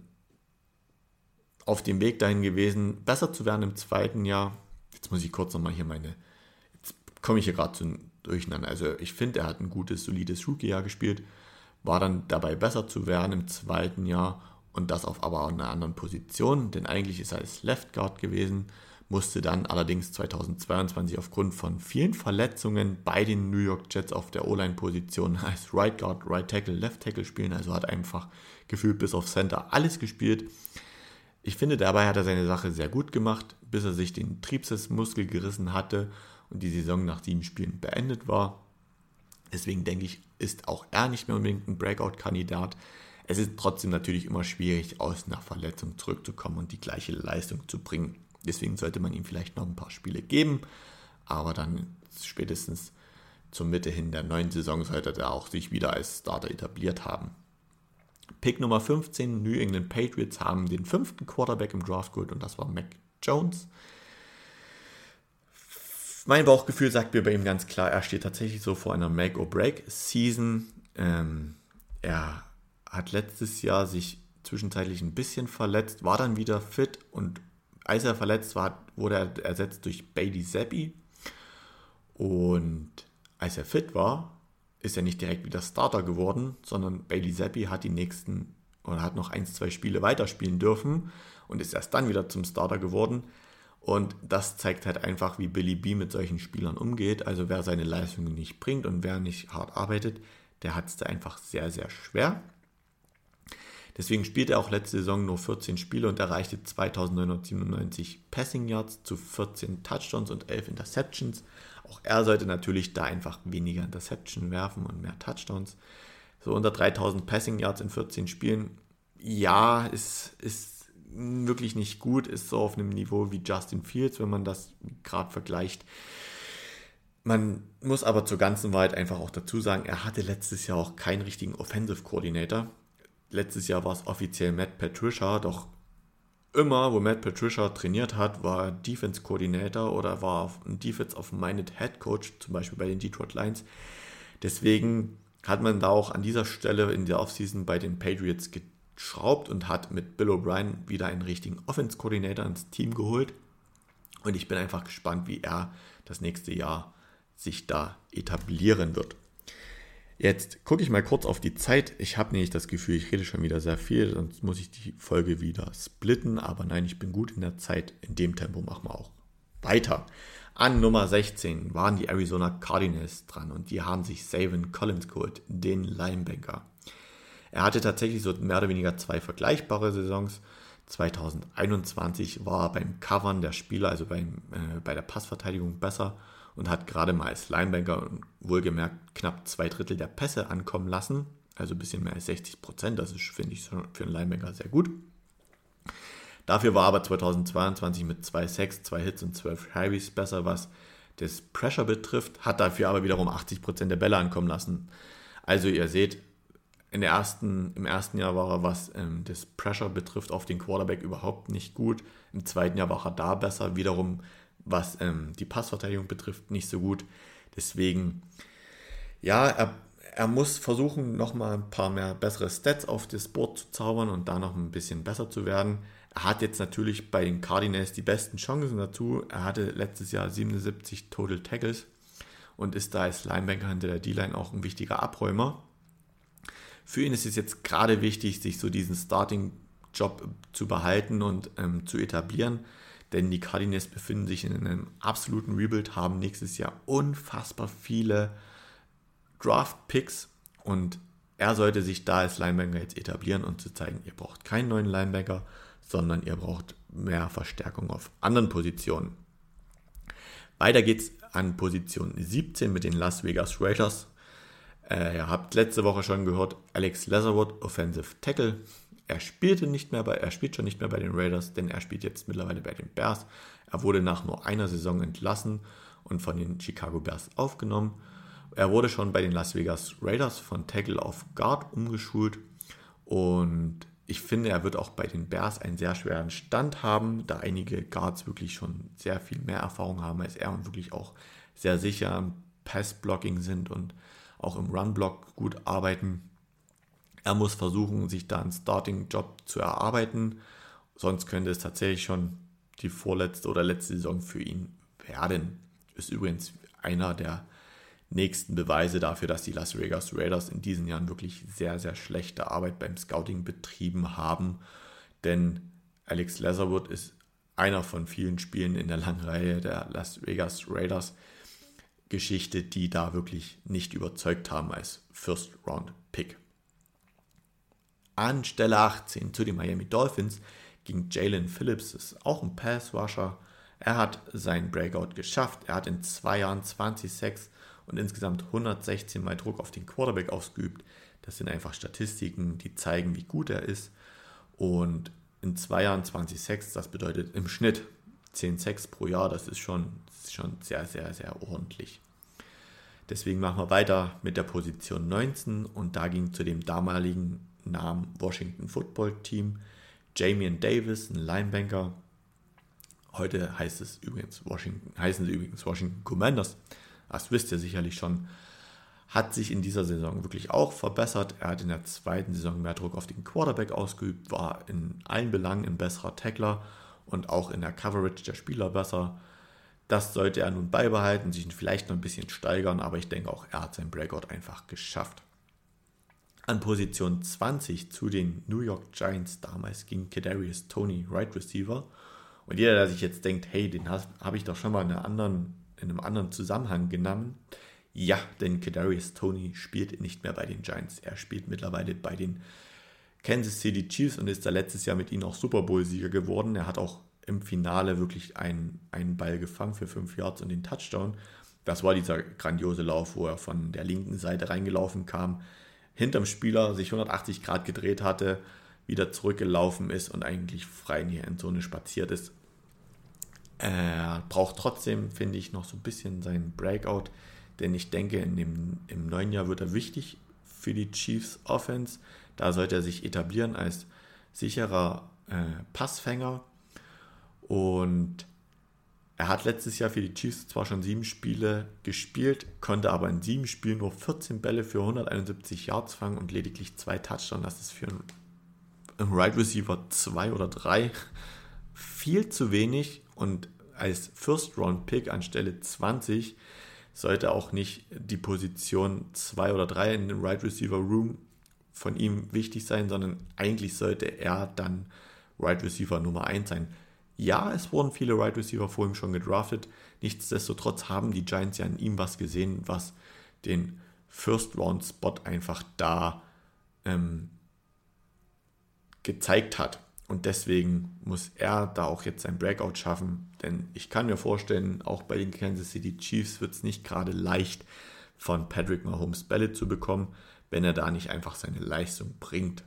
auf dem Weg dahin gewesen, besser zu werden im zweiten Jahr. Jetzt muss ich kurz nochmal hier meine, jetzt komme ich hier gerade zu durcheinander. Also ich finde, er hat ein gutes, solides Rookie-Jahr gespielt, war dann dabei besser zu werden im zweiten Jahr und das auf aber einer anderen Position, denn eigentlich ist er als Left Guard gewesen, musste dann allerdings zweitausendzweiundzwanzig aufgrund von vielen Verletzungen bei den New York Jets auf der O-Line-Position als Right Guard, Right Tackle, Left Tackle spielen, also hat einfach gefühlt bis auf Center alles gespielt. Ich finde, dabei hat er seine Sache sehr gut gemacht, bis er sich den Trizepsmuskel gerissen hatte und die Saison nach sieben Spielen beendet war. Deswegen denke ich, ist auch er nicht mehr unbedingt ein Breakout-Kandidat. Es ist trotzdem natürlich immer schwierig, aus einer Verletzung zurückzukommen und die gleiche Leistung zu bringen. Deswegen sollte man ihm vielleicht noch ein paar Spiele geben, aber dann spätestens zur Mitte hin der neuen Saison sollte er auch sich wieder als Starter etabliert haben. Pick Nummer fünfzehn, New England Patriots haben den fünften Quarterback im Draft geholt und das war Mac Jones. Mein Bauchgefühl sagt mir bei ihm ganz klar, er steht tatsächlich so vor einer Make-or-Break-Season. Ähm, er hat letztes Jahr sich zwischenzeitlich ein bisschen verletzt, war dann wieder fit und als er verletzt war, wurde er ersetzt durch Bailey Zappi. Und als er fit war, ist er nicht direkt wieder Starter geworden, sondern Bailey Zappi hat die nächsten oder hat noch ein, zwei Spiele weiterspielen dürfen und ist erst dann wieder zum Starter geworden. Und das zeigt halt einfach, wie Billy B mit solchen Spielern umgeht. Also wer seine Leistungen nicht bringt und wer nicht hart arbeitet, der hat es da einfach sehr, sehr schwer. Deswegen spielte er auch letzte Saison nur vierzehn Spiele und erreichte zweitausendneunhundertsiebenundneunzig Passing Yards zu vierzehn Touchdowns und elf Interceptions. Auch er sollte natürlich da einfach weniger Interception werfen und mehr Touchdowns. So unter dreitausend Passing Yards in vierzehn Spielen, ja, ist, ist wirklich nicht gut, ist so auf einem Niveau wie Justin Fields, wenn man das gerade vergleicht. Man muss aber zur ganzen Wahrheit einfach auch dazu sagen, er hatte letztes Jahr auch keinen richtigen Offensive Coordinator. Letztes Jahr war es offiziell Matt Patricia, doch immer, wo Matt Patricia trainiert hat, war er Defense Coordinator oder war ein Defense-of-Minded Head Coach, zum Beispiel bei den Detroit Lions. Deswegen hat man da auch an dieser Stelle in der Offseason bei den Patriots geschraubt und hat mit Bill O'Brien wieder einen richtigen Offense Coordinator ins Team geholt. Und ich bin einfach gespannt, wie er das nächste Jahr sich da etablieren wird. Jetzt gucke ich mal kurz auf die Zeit. Ich habe nämlich das Gefühl, ich rede schon wieder sehr viel, sonst muss ich die Folge wieder splitten. Aber nein, ich bin gut in der Zeit. In dem Tempo machen wir auch weiter. An Nummer sechzehn waren die Arizona Cardinals dran und die haben sich Zaven Collins geholt, den Linebacker. Er hatte tatsächlich so mehr oder weniger zwei vergleichbare Saisons. zweitausendeinundzwanzig war er beim Covern der Spieler, also beim, äh, bei der Passverteidigung besser und hat gerade mal als Linebacker wohlgemerkt knapp zwei Drittel der Pässe ankommen lassen, also ein bisschen mehr als sechzig Prozent, das ist, finde ich, für einen Linebacker sehr gut. Dafür war aber zweitausendzweiundzwanzig mit zwei Sacks, zwei Hits und zwölf Hurries besser, was das Pressure betrifft, hat dafür aber wiederum achtzig Prozent der Bälle ankommen lassen. Also ihr seht, in der ersten, im ersten Jahr war er, was ähm, das Pressure betrifft, auf den Quarterback überhaupt nicht gut. Im zweiten Jahr war er da besser, wiederum was ähm, die Passverteidigung betrifft, nicht so gut. Deswegen, ja, er, er muss versuchen, nochmal ein paar mehr bessere Stats auf das Board zu zaubern und da noch ein bisschen besser zu werden. Er hat jetzt natürlich bei den Cardinals die besten Chancen dazu. Er hatte letztes Jahr siebenundsiebzig Total Tackles und ist da als Linebacker hinter der D-Line auch ein wichtiger Abräumer. Für ihn ist es jetzt gerade wichtig, sich so diesen Starting-Job zu behalten und ähm, zu etablieren, denn die Cardinals befinden sich in einem absoluten Rebuild, haben nächstes Jahr unfassbar viele Draft-Picks und er sollte sich da als Linebacker jetzt etablieren und zu zeigen, ihr braucht keinen neuen Linebacker, sondern ihr braucht mehr Verstärkung auf anderen Positionen. Weiter geht's an Position siebzehn mit den Las Vegas Raiders. Äh, ihr habt letzte Woche schon gehört, Alex Leatherwood, Offensive Tackle. Er spielte nicht mehr bei, er spielt schon nicht mehr bei den Raiders, denn er spielt jetzt mittlerweile bei den Bears. Er wurde nach nur einer Saison entlassen und von den Chicago Bears aufgenommen. Er wurde schon bei den Las Vegas Raiders von Tackle auf Guard umgeschult und ich finde, er wird auch bei den Bears einen sehr schweren Stand haben, da einige Guards wirklich schon sehr viel mehr Erfahrung haben als er und wirklich auch sehr sicher im Pass-Blocking sind und auch im Run-Block gut arbeiten. Er muss versuchen, sich da einen Starting-Job zu erarbeiten, sonst könnte es tatsächlich schon die vorletzte oder letzte Saison für ihn werden. Ist übrigens einer der nächsten Beweise dafür, dass die Las Vegas Raiders in diesen Jahren wirklich sehr, sehr schlechte Arbeit beim Scouting betrieben haben, denn Alex Leatherwood ist einer von vielen Spielen in der langen Reihe der Las Vegas Raiders Geschichte, die da wirklich nicht überzeugt haben als First-Round-Pick. An Stelle achtzehn zu den Miami Dolphins ging Jalen Phillips, ist auch ein Pass-Rusher. Er hat seinen Breakout geschafft. Er hat in zwei Jahren zwanzig Sacks und insgesamt hundertsechzehn Mal Druck auf den Quarterback ausgeübt. Das sind einfach Statistiken, die zeigen, wie gut er ist. Und in zwei Jahren zwanzig Sacks, das bedeutet im Schnitt zehn Sacks pro Jahr. Das ist schon, das ist schon sehr, sehr, sehr ordentlich. Deswegen machen wir weiter mit der Position neunzehn und da ging zu dem damaligen Namen Washington Football Team Jamian Davis, ein Linebacker. Heute heißt es übrigens Washington, heißen sie übrigens Washington Commanders. Das wisst ihr sicherlich schon. Hat sich in dieser Saison wirklich auch verbessert. Er hat in der zweiten Saison mehr Druck auf den Quarterback ausgeübt, war in allen Belangen ein besserer Tackler und auch in der Coverage der Spieler besser. Das sollte er nun beibehalten, sich vielleicht noch ein bisschen steigern, aber ich denke auch, er hat sein Breakout einfach geschafft. An Position zwanzig zu den New York Giants damals ging Kadarius Toney, Right Receiver. Und jeder, der sich jetzt denkt, hey, den habe ich doch schon mal in, einer anderen, in einem anderen Zusammenhang genannt. Ja, denn Kadarius Toney spielt nicht mehr bei den Giants. Er spielt mittlerweile bei den Kansas City Chiefs und ist da letztes Jahr mit ihnen auch Super Bowl-Sieger geworden. Er hat auch im Finale wirklich einen, einen Ball gefangen für fünf Yards und den Touchdown. Das war dieser grandiose Lauf, wo er von der linken Seite reingelaufen kam, hinterm Spieler sich hundertachtzig Grad gedreht hatte, wieder zurückgelaufen ist und eigentlich frei in die Endzone spaziert ist. Er braucht trotzdem, finde ich, noch so ein bisschen seinen Breakout, denn ich denke, in dem, im neuen Jahr wird er wichtig für die Chiefs Offense. Da sollte er sich etablieren als sicherer äh, Passfänger. Und er hat letztes Jahr für die Chiefs zwar schon sieben Spiele gespielt, konnte aber in sieben Spielen nur vierzehn Bälle für hunderteinundsiebzig Yards fangen und lediglich zwei Touchdowns. Das ist für einen, einen Wide Receiver zwei oder drei viel zu wenig. Und als First-Round-Pick anstelle zwanzig sollte auch nicht die Position zwei oder drei in dem Wide Receiver Room von ihm wichtig sein, sondern eigentlich sollte er dann Wide Receiver Nummer eins sein. Ja, es wurden viele Wide Receiver vor ihm schon gedraftet, nichtsdestotrotz haben die Giants ja in ihm was gesehen, was den First-Round-Spot einfach da ähm, gezeigt hat. Und deswegen muss er da auch jetzt sein Breakout schaffen, denn ich kann mir vorstellen, auch bei den Kansas City Chiefs wird es nicht gerade leicht, von Patrick Mahomes Bälle zu bekommen, wenn er da nicht einfach seine Leistung bringt.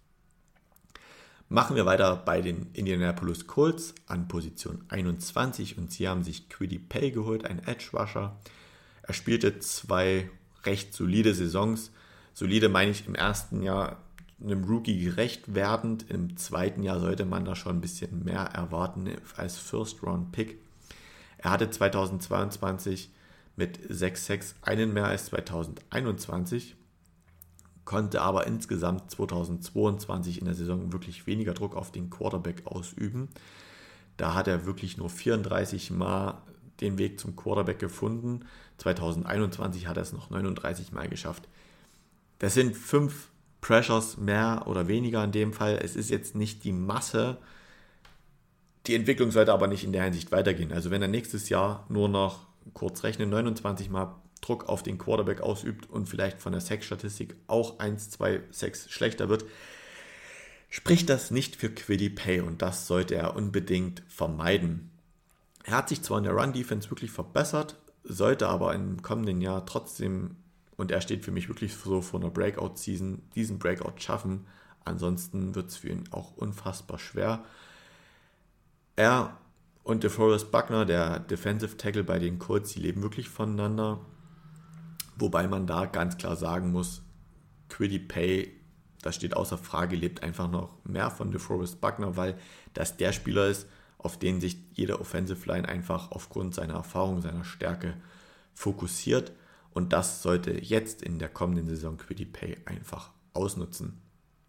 Machen wir weiter bei den Indianapolis Colts an Position einundzwanzig und sie haben sich Kwity Paye geholt, ein Edge Rusher. Er spielte zwei recht solide Saisons. Solide meine ich im ersten Jahr einem Rookie gerecht werdend. Im zweiten Jahr sollte man da schon ein bisschen mehr erwarten als First-Round-Pick. Er hatte zweitausendzweiundzwanzig mit sechs Sacks einen mehr als zweitausendeinundzwanzig, konnte aber insgesamt zweitausendzweiundzwanzig in der Saison wirklich weniger Druck auf den Quarterback ausüben. Da hat er wirklich nur vierunddreißig Mal den Weg zum Quarterback gefunden. zweitausendeinundzwanzig hat er es noch neununddreißig Mal geschafft. Das sind fünf Pressures mehr oder weniger in dem Fall. Es ist jetzt nicht die Masse. Die Entwicklung sollte aber nicht in der Hinsicht weitergehen. Also wenn er nächstes Jahr nur noch, kurz rechnen, neunundzwanzig Mal Druck auf den Quarterback ausübt und vielleicht von der Sack-Statistik auch eins, zwei Sacks schlechter wird, spricht das nicht für Kwity Paye und das sollte er unbedingt vermeiden. Er hat sich zwar in der Run-Defense wirklich verbessert, sollte aber im kommenden Jahr trotzdem, und er steht für mich wirklich so vor einer Breakout-Season, diesen Breakout schaffen. Ansonsten wird es für ihn auch unfassbar schwer. Er und DeForest Buckner, der Defensive Tackle bei den Colts, die leben wirklich voneinander. Wobei man da ganz klar sagen muss, Kwity Paye, das steht außer Frage, lebt einfach noch mehr von DeForest Buckner, weil das der Spieler ist, auf den sich jede Offensive Line einfach aufgrund seiner Erfahrung, seiner Stärke fokussiert. Und das sollte jetzt in der kommenden Saison Kwity Paye einfach ausnutzen.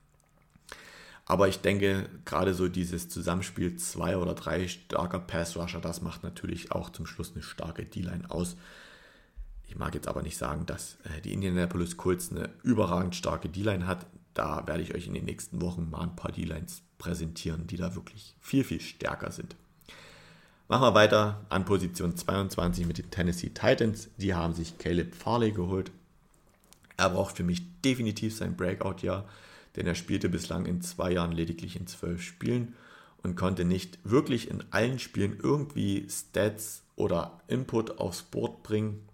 Aber ich denke, gerade so dieses Zusammenspiel zwei oder drei starker Pass-Rusher, das macht natürlich auch zum Schluss eine starke D-Line aus. Ich mag jetzt aber nicht sagen, dass die Indianapolis Colts eine überragend starke D-Line hat. Da werde ich euch in den nächsten Wochen mal ein paar D-Lines präsentieren, die da wirklich viel, viel stärker sind. Machen wir weiter an Position zweiundzwanzig mit den Tennessee Titans. Die haben sich Caleb Farley geholt. Er braucht für mich definitiv sein Breakout-Jahr, denn er spielte bislang in zwei Jahren lediglich in zwölf Spielen und konnte nicht wirklich in allen Spielen irgendwie Stats oder Input aufs Board bringen.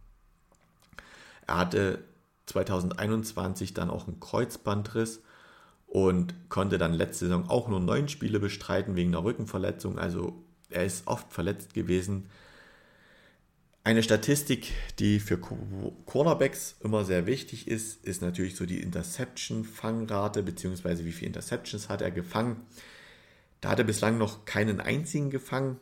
Er hatte zweitausendeinundzwanzig dann auch einen Kreuzbandriss und konnte dann letzte Saison auch nur neun Spiele bestreiten wegen einer Rückenverletzung. Also er ist oft verletzt gewesen. Eine Statistik, die für Cornerbacks immer sehr wichtig ist, ist natürlich so die Interception-Fangrate, beziehungsweise wie viele Interceptions hat er gefangen. Da hat er bislang noch keinen einzigen gefangen.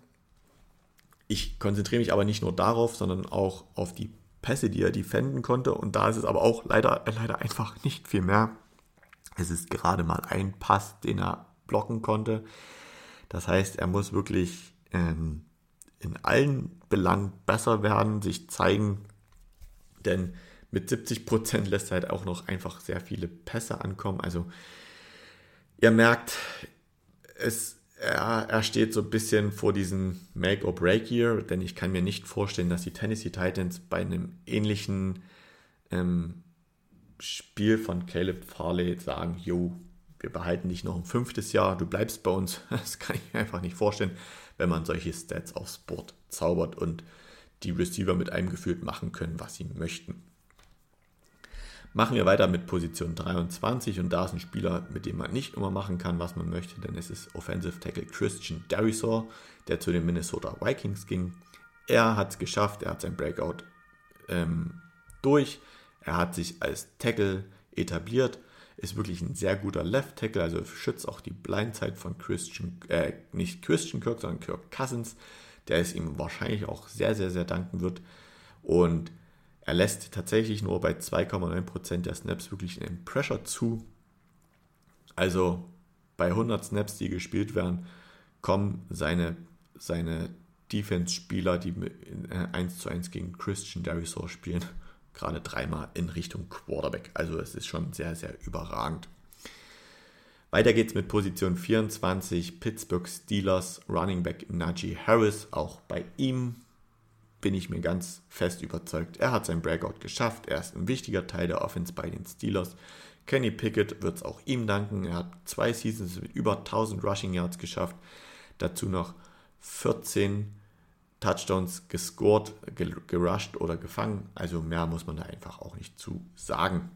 Ich konzentriere mich aber nicht nur darauf, sondern auch auf die Pässe, die er defenden konnte. Und da ist es aber auch leider, leider einfach nicht viel mehr. Es ist gerade mal ein Pass, den er blocken konnte. Das heißt, er muss wirklich ähm, in allen Belangen besser werden, sich zeigen, denn mit siebzig Prozent lässt er halt auch noch einfach sehr viele Pässe ankommen. Also ihr merkt, es, er, er steht so ein bisschen vor diesem Make-or-Break-Year, denn ich kann mir nicht vorstellen, dass die Tennessee Titans bei einem ähnlichen ähm, Spiel von Caleb Farley sagen, jo, wir behalten dich noch ein fünftes Jahr, du bleibst bei uns. Das kann ich mir einfach nicht vorstellen, wenn man solche Stats aufs Board zaubert und die Receiver mit einem gefühlt machen können, was sie möchten. Machen wir weiter mit Position dreiundzwanzig und da ist ein Spieler, mit dem man nicht immer machen kann, was man möchte, denn es ist Offensive Tackle Christian Darrisaw, der zu den Minnesota Vikings ging. Er hat es geschafft, er hat sein Breakout ähm, durch, er hat sich als Tackle etabliert, ist wirklich ein sehr guter Left Tackle, also schützt auch die Blindside von Christian, äh, nicht Christian Kirk, sondern Kirk Cousins, der es ihm wahrscheinlich auch sehr, sehr, sehr danken wird und er lässt tatsächlich nur bei zwei Komma neun Prozent der Snaps wirklich einen Pressure zu. Also bei hundert Snaps, die gespielt werden, kommen seine, seine Defense-Spieler, die eins zu eins gegen Christian Darrisaw spielen, gerade dreimal in Richtung Quarterback. Also es ist schon sehr, sehr überragend. Weiter geht's mit Position vierundzwanzig, Pittsburgh Steelers, Running Back Najee Harris. Auch bei ihm bin ich mir ganz fest überzeugt. Er hat sein Breakout geschafft. Er ist ein wichtiger Teil der Offense bei den Steelers. Kenny Pickett wird es auch ihm danken. Er hat zwei Seasons mit über tausend Rushing Yards geschafft. Dazu noch vierzehn Touchdowns gescored, gerusht oder gefangen. Also mehr muss man da einfach auch nicht zu sagen.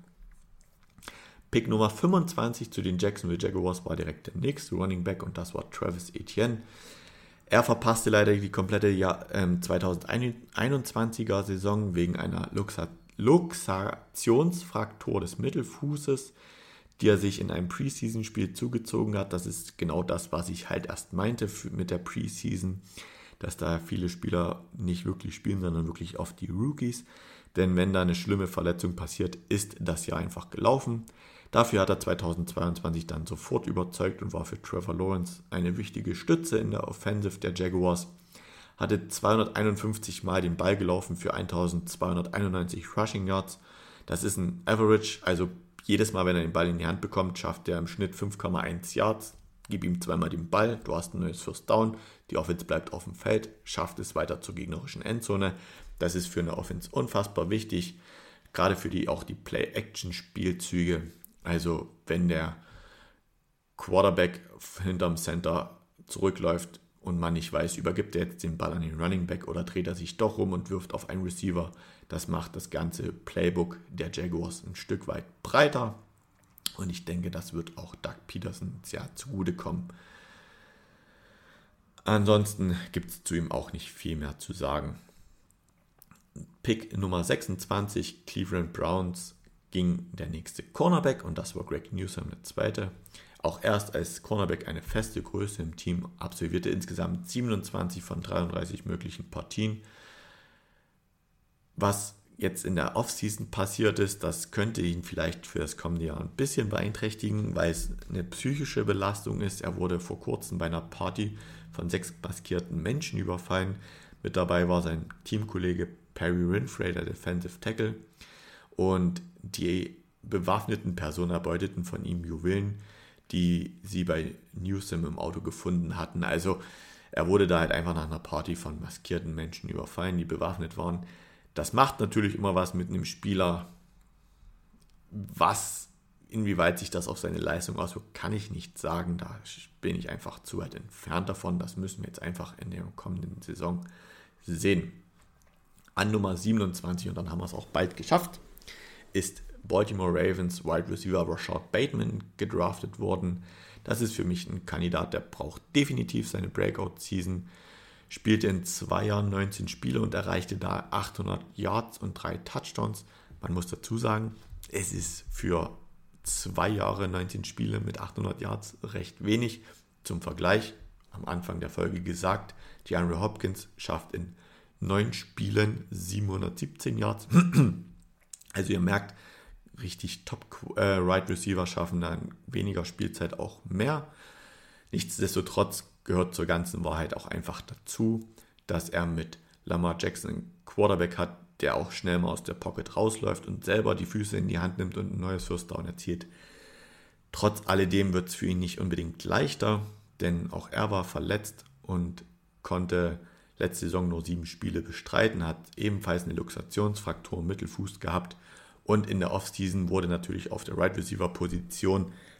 Pick Nummer fünfundzwanzig zu den Jacksonville Jaguars war direkt der nächste Running Back und das war Travis Etienne. Er verpasste leider die komplette Jahr, ähm, zweitausendeinundzwanziger Saison wegen einer Luxa- Luxationsfraktur des Mittelfußes, die er sich in einem Preseason-Spiel zugezogen hat. Das ist genau das, was ich halt erst meinte mit der Preseason, dass da viele Spieler nicht wirklich spielen, sondern wirklich auf die Rookies. Denn wenn da eine schlimme Verletzung passiert, ist das Jahr einfach gelaufen. Dafür hat er zweitausendzweiundzwanzig dann sofort überzeugt und war für Trevor Lawrence eine wichtige Stütze in der Offensive der Jaguars. Hatte zweihunderteinundfünfzig Mal den Ball gelaufen für eintausendzweihunderteinundneunzig Rushing Yards. Das ist ein Average, also jedes Mal, wenn er den Ball in die Hand bekommt, schafft er im Schnitt fünf Komma eins Yards. Gib ihm zweimal den Ball, du hast ein neues First Down, die Offense bleibt auf dem Feld, schafft es weiter zur gegnerischen Endzone. Das ist für eine Offense unfassbar wichtig, gerade für die auch die Play-Action-Spielzüge. Also wenn der Quarterback hinterm Center zurückläuft und man nicht weiß, übergibt er jetzt den Ball an den Running Back oder dreht er sich doch rum und wirft auf einen Receiver, das macht das ganze Playbook der Jaguars ein Stück weit breiter. Und ich denke, das wird auch Doug Peterson sehr zugutekommen. Ansonsten gibt es zu ihm auch nicht viel mehr zu sagen. Pick Nummer sechsundzwanzig, Cleveland Browns, ging der nächste Cornerback und das war Greg Newsome, der zweite. Auch erst als Cornerback eine feste Größe im Team, absolvierte insgesamt siebenundzwanzig von dreiunddreißig möglichen Partien. Was jetzt in der Offseason passiert ist, das könnte ihn vielleicht für das kommende Jahr ein bisschen beeinträchtigen, weil es eine psychische Belastung ist. Er wurde vor kurzem bei einer Party von sechs maskierten Menschen überfallen. Mit dabei war sein Teamkollege Perry Winfrey, der Defensive Tackle. Und die bewaffneten Personen erbeuteten von ihm Juwelen, die sie bei Newsome im Auto gefunden hatten. Also er wurde da halt einfach nach einer Party von maskierten Menschen überfallen, die bewaffnet waren. Das macht natürlich immer was mit einem Spieler. Was, inwieweit sich das auf seine Leistung auswirkt, kann ich nicht sagen. Da bin ich einfach zu weit entfernt davon. Das müssen wir jetzt einfach in der kommenden Saison sehen. An Nummer siebenundzwanzig, und dann haben wir es auch bald geschafft, ist Baltimore Ravens Wide Receiver Rashad Bateman gedraftet worden. Das ist für mich ein Kandidat, der braucht definitiv seine Breakout-Season. Spielte in zwei Jahren neunzehn Spiele und erreichte da achthundert Yards und drei Touchdowns. Man muss dazu sagen, es ist für zwei Jahre neunzehn Spiele mit achthundert Yards recht wenig. Zum Vergleich, am Anfang der Folge gesagt, DeAndre Hopkins schafft in neun Spielen siebenhundertsiebzehn Yards. Also ihr merkt, richtig Top-Right Receiver schaffen dann weniger Spielzeit auch mehr. Nichtsdestotrotz gehört zur ganzen Wahrheit auch einfach dazu, dass er mit Lamar Jackson einen Quarterback hat, der auch schnell mal aus der Pocket rausläuft und selber die Füße in die Hand nimmt und ein neues First Down erzielt. Trotz alledem wird es für ihn nicht unbedingt leichter, denn auch er war verletzt und konnte letzte Saison nur sieben Spiele bestreiten, hat ebenfalls eine Luxationsfraktur im Mittelfuß gehabt und in der Offseason wurde natürlich auf der Right Receiver Position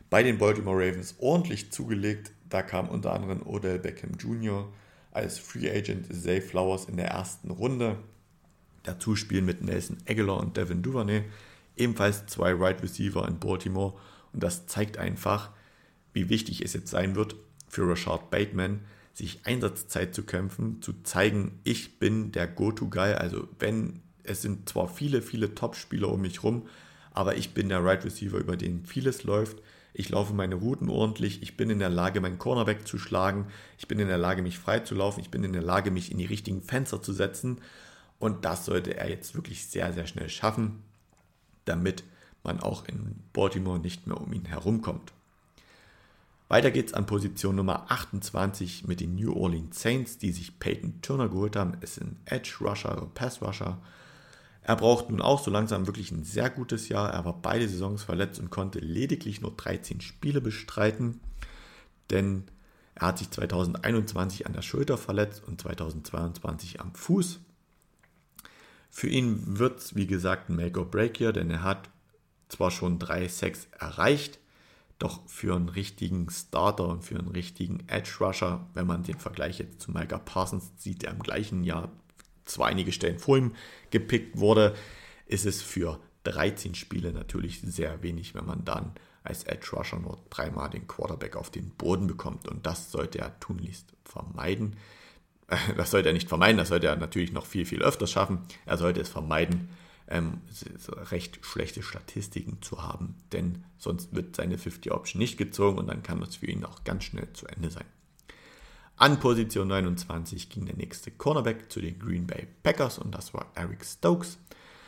bei den Baltimore Ravens ordentlich zugelegt. Da kam unter anderem Odell Beckham Junior als Free Agent, Zay Flowers in der ersten Runde. Dazu spielen mit Nelson Agholor und Devin Duvernay ebenfalls zwei Wide right Receiver in Baltimore. Und das zeigt einfach, wie wichtig es jetzt sein wird für Rashad Bateman, sich Einsatzzeit zu kämpfen, zu zeigen, ich bin der Go-To-Guy. Also wenn, es sind zwar viele, viele Top-Spieler um mich rum, aber ich bin der Right Receiver, über den vieles läuft. Ich laufe meine Routen ordentlich, ich bin in der Lage, meinen Cornerback zu schlagen, ich bin in der Lage, mich frei zu laufen, ich bin in der Lage, mich in die richtigen Fenster zu setzen. Und das sollte er jetzt wirklich sehr, sehr schnell schaffen, damit man auch in Baltimore nicht mehr um ihn herumkommt. Weiter geht's an Position Nummer achtundzwanzig mit den New Orleans Saints, die sich Peyton Turner geholt haben. Es ist ein Edge Rusher oder Pass Rusher. Er braucht nun auch so langsam wirklich ein sehr gutes Jahr. Er war beide Saisons verletzt und konnte lediglich nur dreizehn Spiele bestreiten, denn er hat sich zweitausendeinundzwanzig an der Schulter verletzt und zweitausendzweiundzwanzig am Fuß. Für ihn wird es, wie gesagt, ein Make-or-Break-Year, denn er hat zwar schon drei Sacks erreicht, doch für einen richtigen Starter und für einen richtigen Edge-Rusher, wenn man den Vergleich jetzt zu Micah Parsons sieht, der im gleichen Jahr zwar einige Stellen vor ihm gepickt wurde, ist es für dreizehn Spiele natürlich sehr wenig, wenn man dann als Edge-Rusher nur dreimal den Quarterback auf den Boden bekommt. Und das sollte er tunlichst vermeiden. Das sollte er nicht vermeiden, das sollte er natürlich noch viel, viel öfters schaffen. Er sollte es vermeiden, ähm, recht schlechte Statistiken zu haben, denn sonst wird seine fünfzig Option nicht gezogen und dann kann das für ihn auch ganz schnell zu Ende sein. An Position neunundzwanzig ging der nächste Cornerback zu den Green Bay Packers und das war Eric Stokes.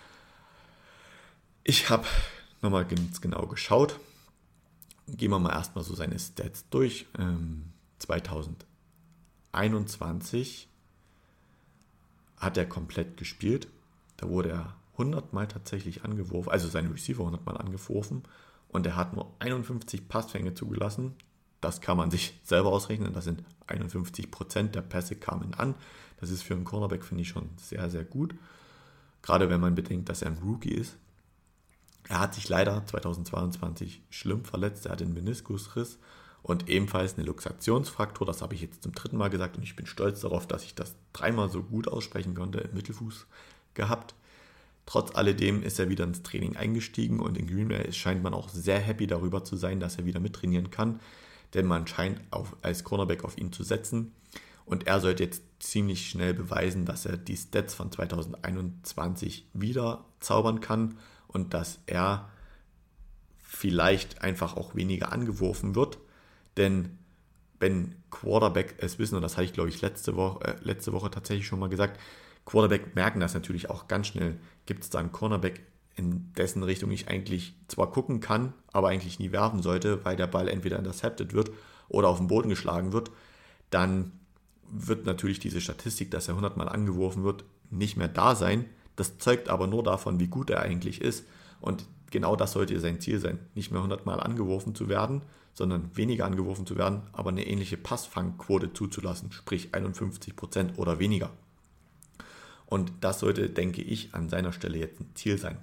Ich habe nochmal ganz genau geschaut. Gehen wir mal erstmal so seine Stats durch. Ähm, zweitausendeinundzwanzig hat er komplett gespielt. Da wurde er hundert Mal tatsächlich angeworfen, also seine Receiver hundert Mal angeworfen und er hat nur einundfünfzig Passfänge zugelassen. Das kann man sich selber ausrechnen, das sind einundfünfzig Prozent der Pässe kamen an. Das ist für einen Cornerback, finde ich, schon sehr, sehr gut. Gerade wenn man bedenkt, dass er ein Rookie ist. Er hat sich leider zweitausendzweiundzwanzig schlimm verletzt, er hat einen Meniskusriss und ebenfalls eine Luxationsfraktur, das habe ich jetzt zum dritten Mal gesagt und ich bin stolz darauf, dass ich das dreimal so gut aussprechen konnte, im Mittelfuß gehabt. Trotz alledem ist er wieder ins Training eingestiegen und in Green Bay scheint man auch sehr happy darüber zu sein, dass er wieder mittrainieren kann, denn man scheint auf, als Cornerback auf ihn zu setzen und er sollte jetzt ziemlich schnell beweisen, dass er die Stats von zweitausendeinundzwanzig wieder zaubern kann und dass er vielleicht einfach auch weniger angeworfen wird, denn wenn Quarterback es wissen, und das hatte ich glaube ich letzte Woche, äh, letzte Woche tatsächlich schon mal gesagt, Quarterback merken das natürlich auch ganz schnell. Gibt es da einen Cornerback, in dessen Richtung ich eigentlich zwar gucken kann, aber eigentlich nie werfen sollte, weil der Ball entweder intercepted wird oder auf den Boden geschlagen wird, dann wird natürlich diese Statistik, dass er hundert Mal angeworfen wird, nicht mehr da sein. Das zeugt aber nur davon, wie gut er eigentlich ist. Und genau das sollte sein Ziel sein, nicht mehr hundert Mal angeworfen zu werden, sondern weniger angeworfen zu werden, aber eine ähnliche Passfangquote zuzulassen, sprich einundfünfzig Prozent oder weniger. Und das sollte, denke ich, an seiner Stelle jetzt ein Ziel sein.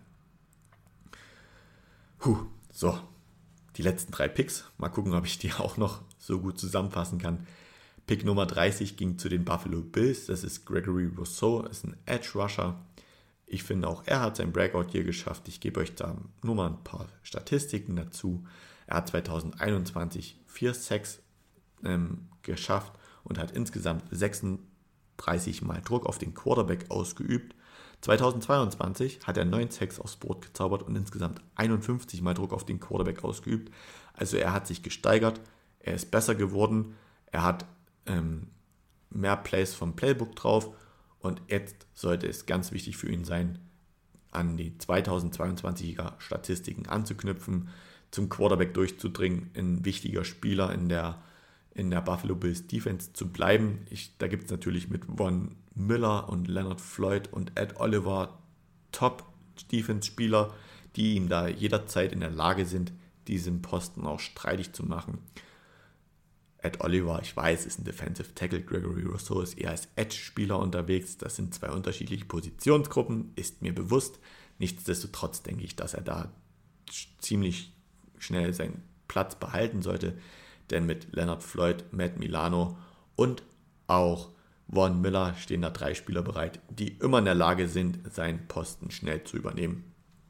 Puh, so, die letzten drei Picks. Mal gucken, ob ich die auch noch so gut zusammenfassen kann. Pick Nummer dreißig ging zu den Buffalo Bills. Das ist Gregory Rousseau, ist ein Edge Rusher. Ich finde, auch er hat sein Breakout hier geschafft. Ich gebe euch da nur mal ein paar Statistiken dazu. Er hat zweitausendeinundzwanzig vier Sacks ähm, geschafft und hat insgesamt sechsunddreißig Mal Druck auf den Quarterback ausgeübt. zweitausendzweiundzwanzig hat er neun Sacks aufs Board gezaubert und insgesamt einundfünfzig Mal Druck auf den Quarterback ausgeübt. Also er hat sich gesteigert, er ist besser geworden, er hat ähm, mehr Plays vom Playbook drauf und jetzt sollte es ganz wichtig für ihn sein, an die zweitausendzweiundzwanziger Statistiken anzuknüpfen, zum Quarterback durchzudringen, ein wichtiger Spieler in der, in der Buffalo Bills Defense zu bleiben. Ich, da gibt es natürlich mit Von Miller und Leonard Floyd und Ed Oliver Top-Defense-Spieler, die ihm da jederzeit in der Lage sind, diesen Posten auch streitig zu machen. Ed Oliver, ich weiß, ist ein Defensive Tackle, Gregory Rousseau ist eher als Edge-Spieler unterwegs. Das sind zwei unterschiedliche Positionsgruppen, ist mir bewusst. Nichtsdestotrotz denke ich, dass er da ziemlich schnell seinen Platz behalten sollte, denn mit Leonard Floyd, Matt Milano und auch Von Miller stehen da drei Spieler bereit, die immer in der Lage sind, seinen Posten schnell zu übernehmen.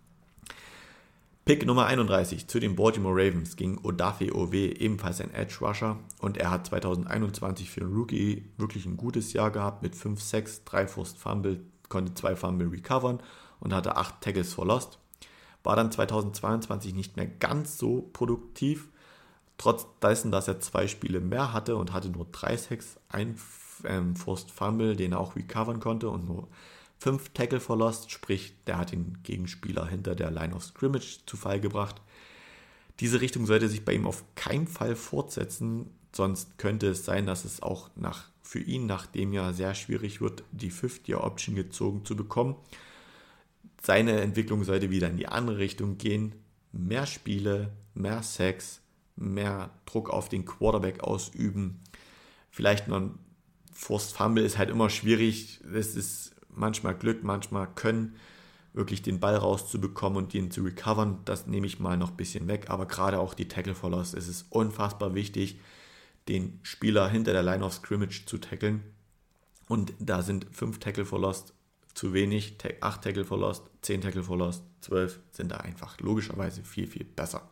Pick Nummer einunddreißig zu den Baltimore Ravens ging Odafe Oweh, ebenfalls ein Edge Rusher, und er hat zwanzig einundzwanzig für einen Rookie wirklich ein gutes Jahr gehabt mit fünf Sacks, drei Forced Fumble, konnte zwei Fumble recovern und hatte acht Tackles for Lost. War dann zweitausendzweiundzwanzig nicht mehr ganz so produktiv, trotz dessen, dass er zwei Spiele mehr hatte und hatte nur drei Sacks, ein ähm, Forced Fumble, den er auch recovern konnte, und nur fünf Tackle for Lost, sprich, der hat den Gegenspieler hinter der Line of Scrimmage zu Fall gebracht. Diese Richtung sollte sich bei ihm auf keinen Fall fortsetzen, sonst könnte es sein, dass es auch nach, für ihn nach dem Jahr sehr schwierig wird, die Fifth-Year-Option gezogen zu bekommen. Seine Entwicklung sollte wieder in die andere Richtung gehen. Mehr Spiele, mehr Sacks, mehr Druck auf den Quarterback ausüben. Vielleicht noch ein Forced Fumble ist halt immer schwierig. Es ist manchmal Glück, manchmal Können, wirklich den Ball rauszubekommen und ihn zu recovern. Das nehme ich mal noch ein bisschen weg. Aber gerade auch die Tackle for Loss, es ist unfassbar wichtig, den Spieler hinter der Line of Scrimmage zu tackeln. Und da sind fünf Tackle for Lost zu wenig, acht Tackle for Lost, zehn Tackle for Lost, zwölf sind da einfach logischerweise viel, viel besser.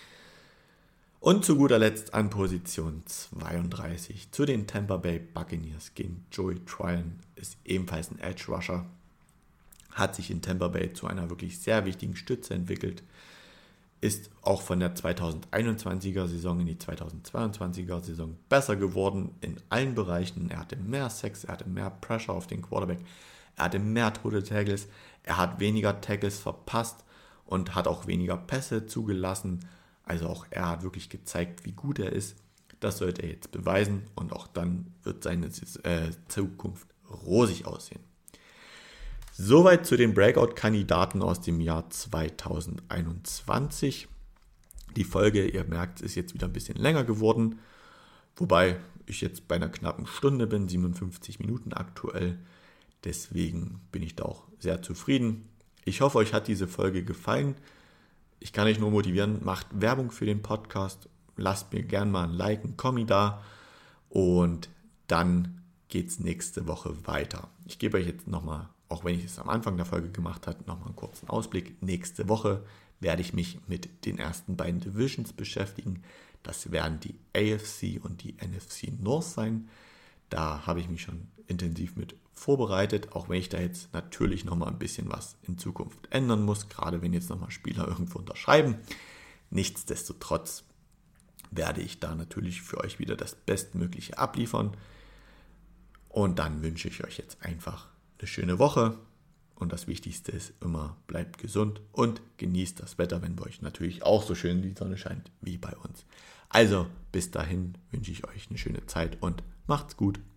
Und zu guter Letzt an Position zweiunddreißig zu den Tampa Bay Buccaneers ging Joey Tryon, ist ebenfalls ein Edge Rusher, hat sich in Tampa Bay zu einer wirklich sehr wichtigen Stütze entwickelt, ist auch von der zweitausendeinundzwanziger Saison in die zweitausendzweiundzwanziger Saison besser geworden in allen Bereichen. Er hatte mehr Sacks, er hatte mehr Pressure auf den Quarterback, er hatte mehr Total Tackles, er hat weniger Tackles verpasst und hat auch weniger Pässe zugelassen. Also auch er hat wirklich gezeigt, wie gut er ist. Das sollte er jetzt beweisen und auch dann wird seine äh, Zukunft rosig aussehen. Soweit zu den Breakout-Kandidaten aus dem Jahr zweitausendeinundzwanzig. Die Folge, ihr merkt, ist jetzt wieder ein bisschen länger geworden, wobei ich jetzt bei einer knappen Stunde bin, siebenundfünfzig Minuten aktuell. Deswegen bin ich da auch sehr zufrieden. Ich hoffe, euch hat diese Folge gefallen. Ich kann euch nur motivieren, macht Werbung für den Podcast, lasst mir gerne mal ein Like, ein Kommi da und dann geht es nächste Woche weiter. Ich gebe euch jetzt nochmal, auch wenn ich es am Anfang der Folge gemacht habe, nochmal einen kurzen Ausblick. Nächste Woche werde ich mich mit den ersten beiden Divisions beschäftigen. Das werden die A F C und die N F C North sein. Da habe ich mich schon intensiv mit vorbereitet, auch wenn ich da jetzt natürlich nochmal ein bisschen was in Zukunft ändern muss, gerade wenn jetzt nochmal Spieler irgendwo unterschreiben. Nichtsdestotrotz werde ich da natürlich für euch wieder das Bestmögliche abliefern. Und dann wünsche ich euch jetzt einfach eine schöne Woche. Und das Wichtigste ist immer, bleibt gesund und genießt das Wetter, wenn bei euch natürlich auch so schön die Sonne scheint wie bei uns. Also bis dahin wünsche ich euch eine schöne Zeit und macht's gut.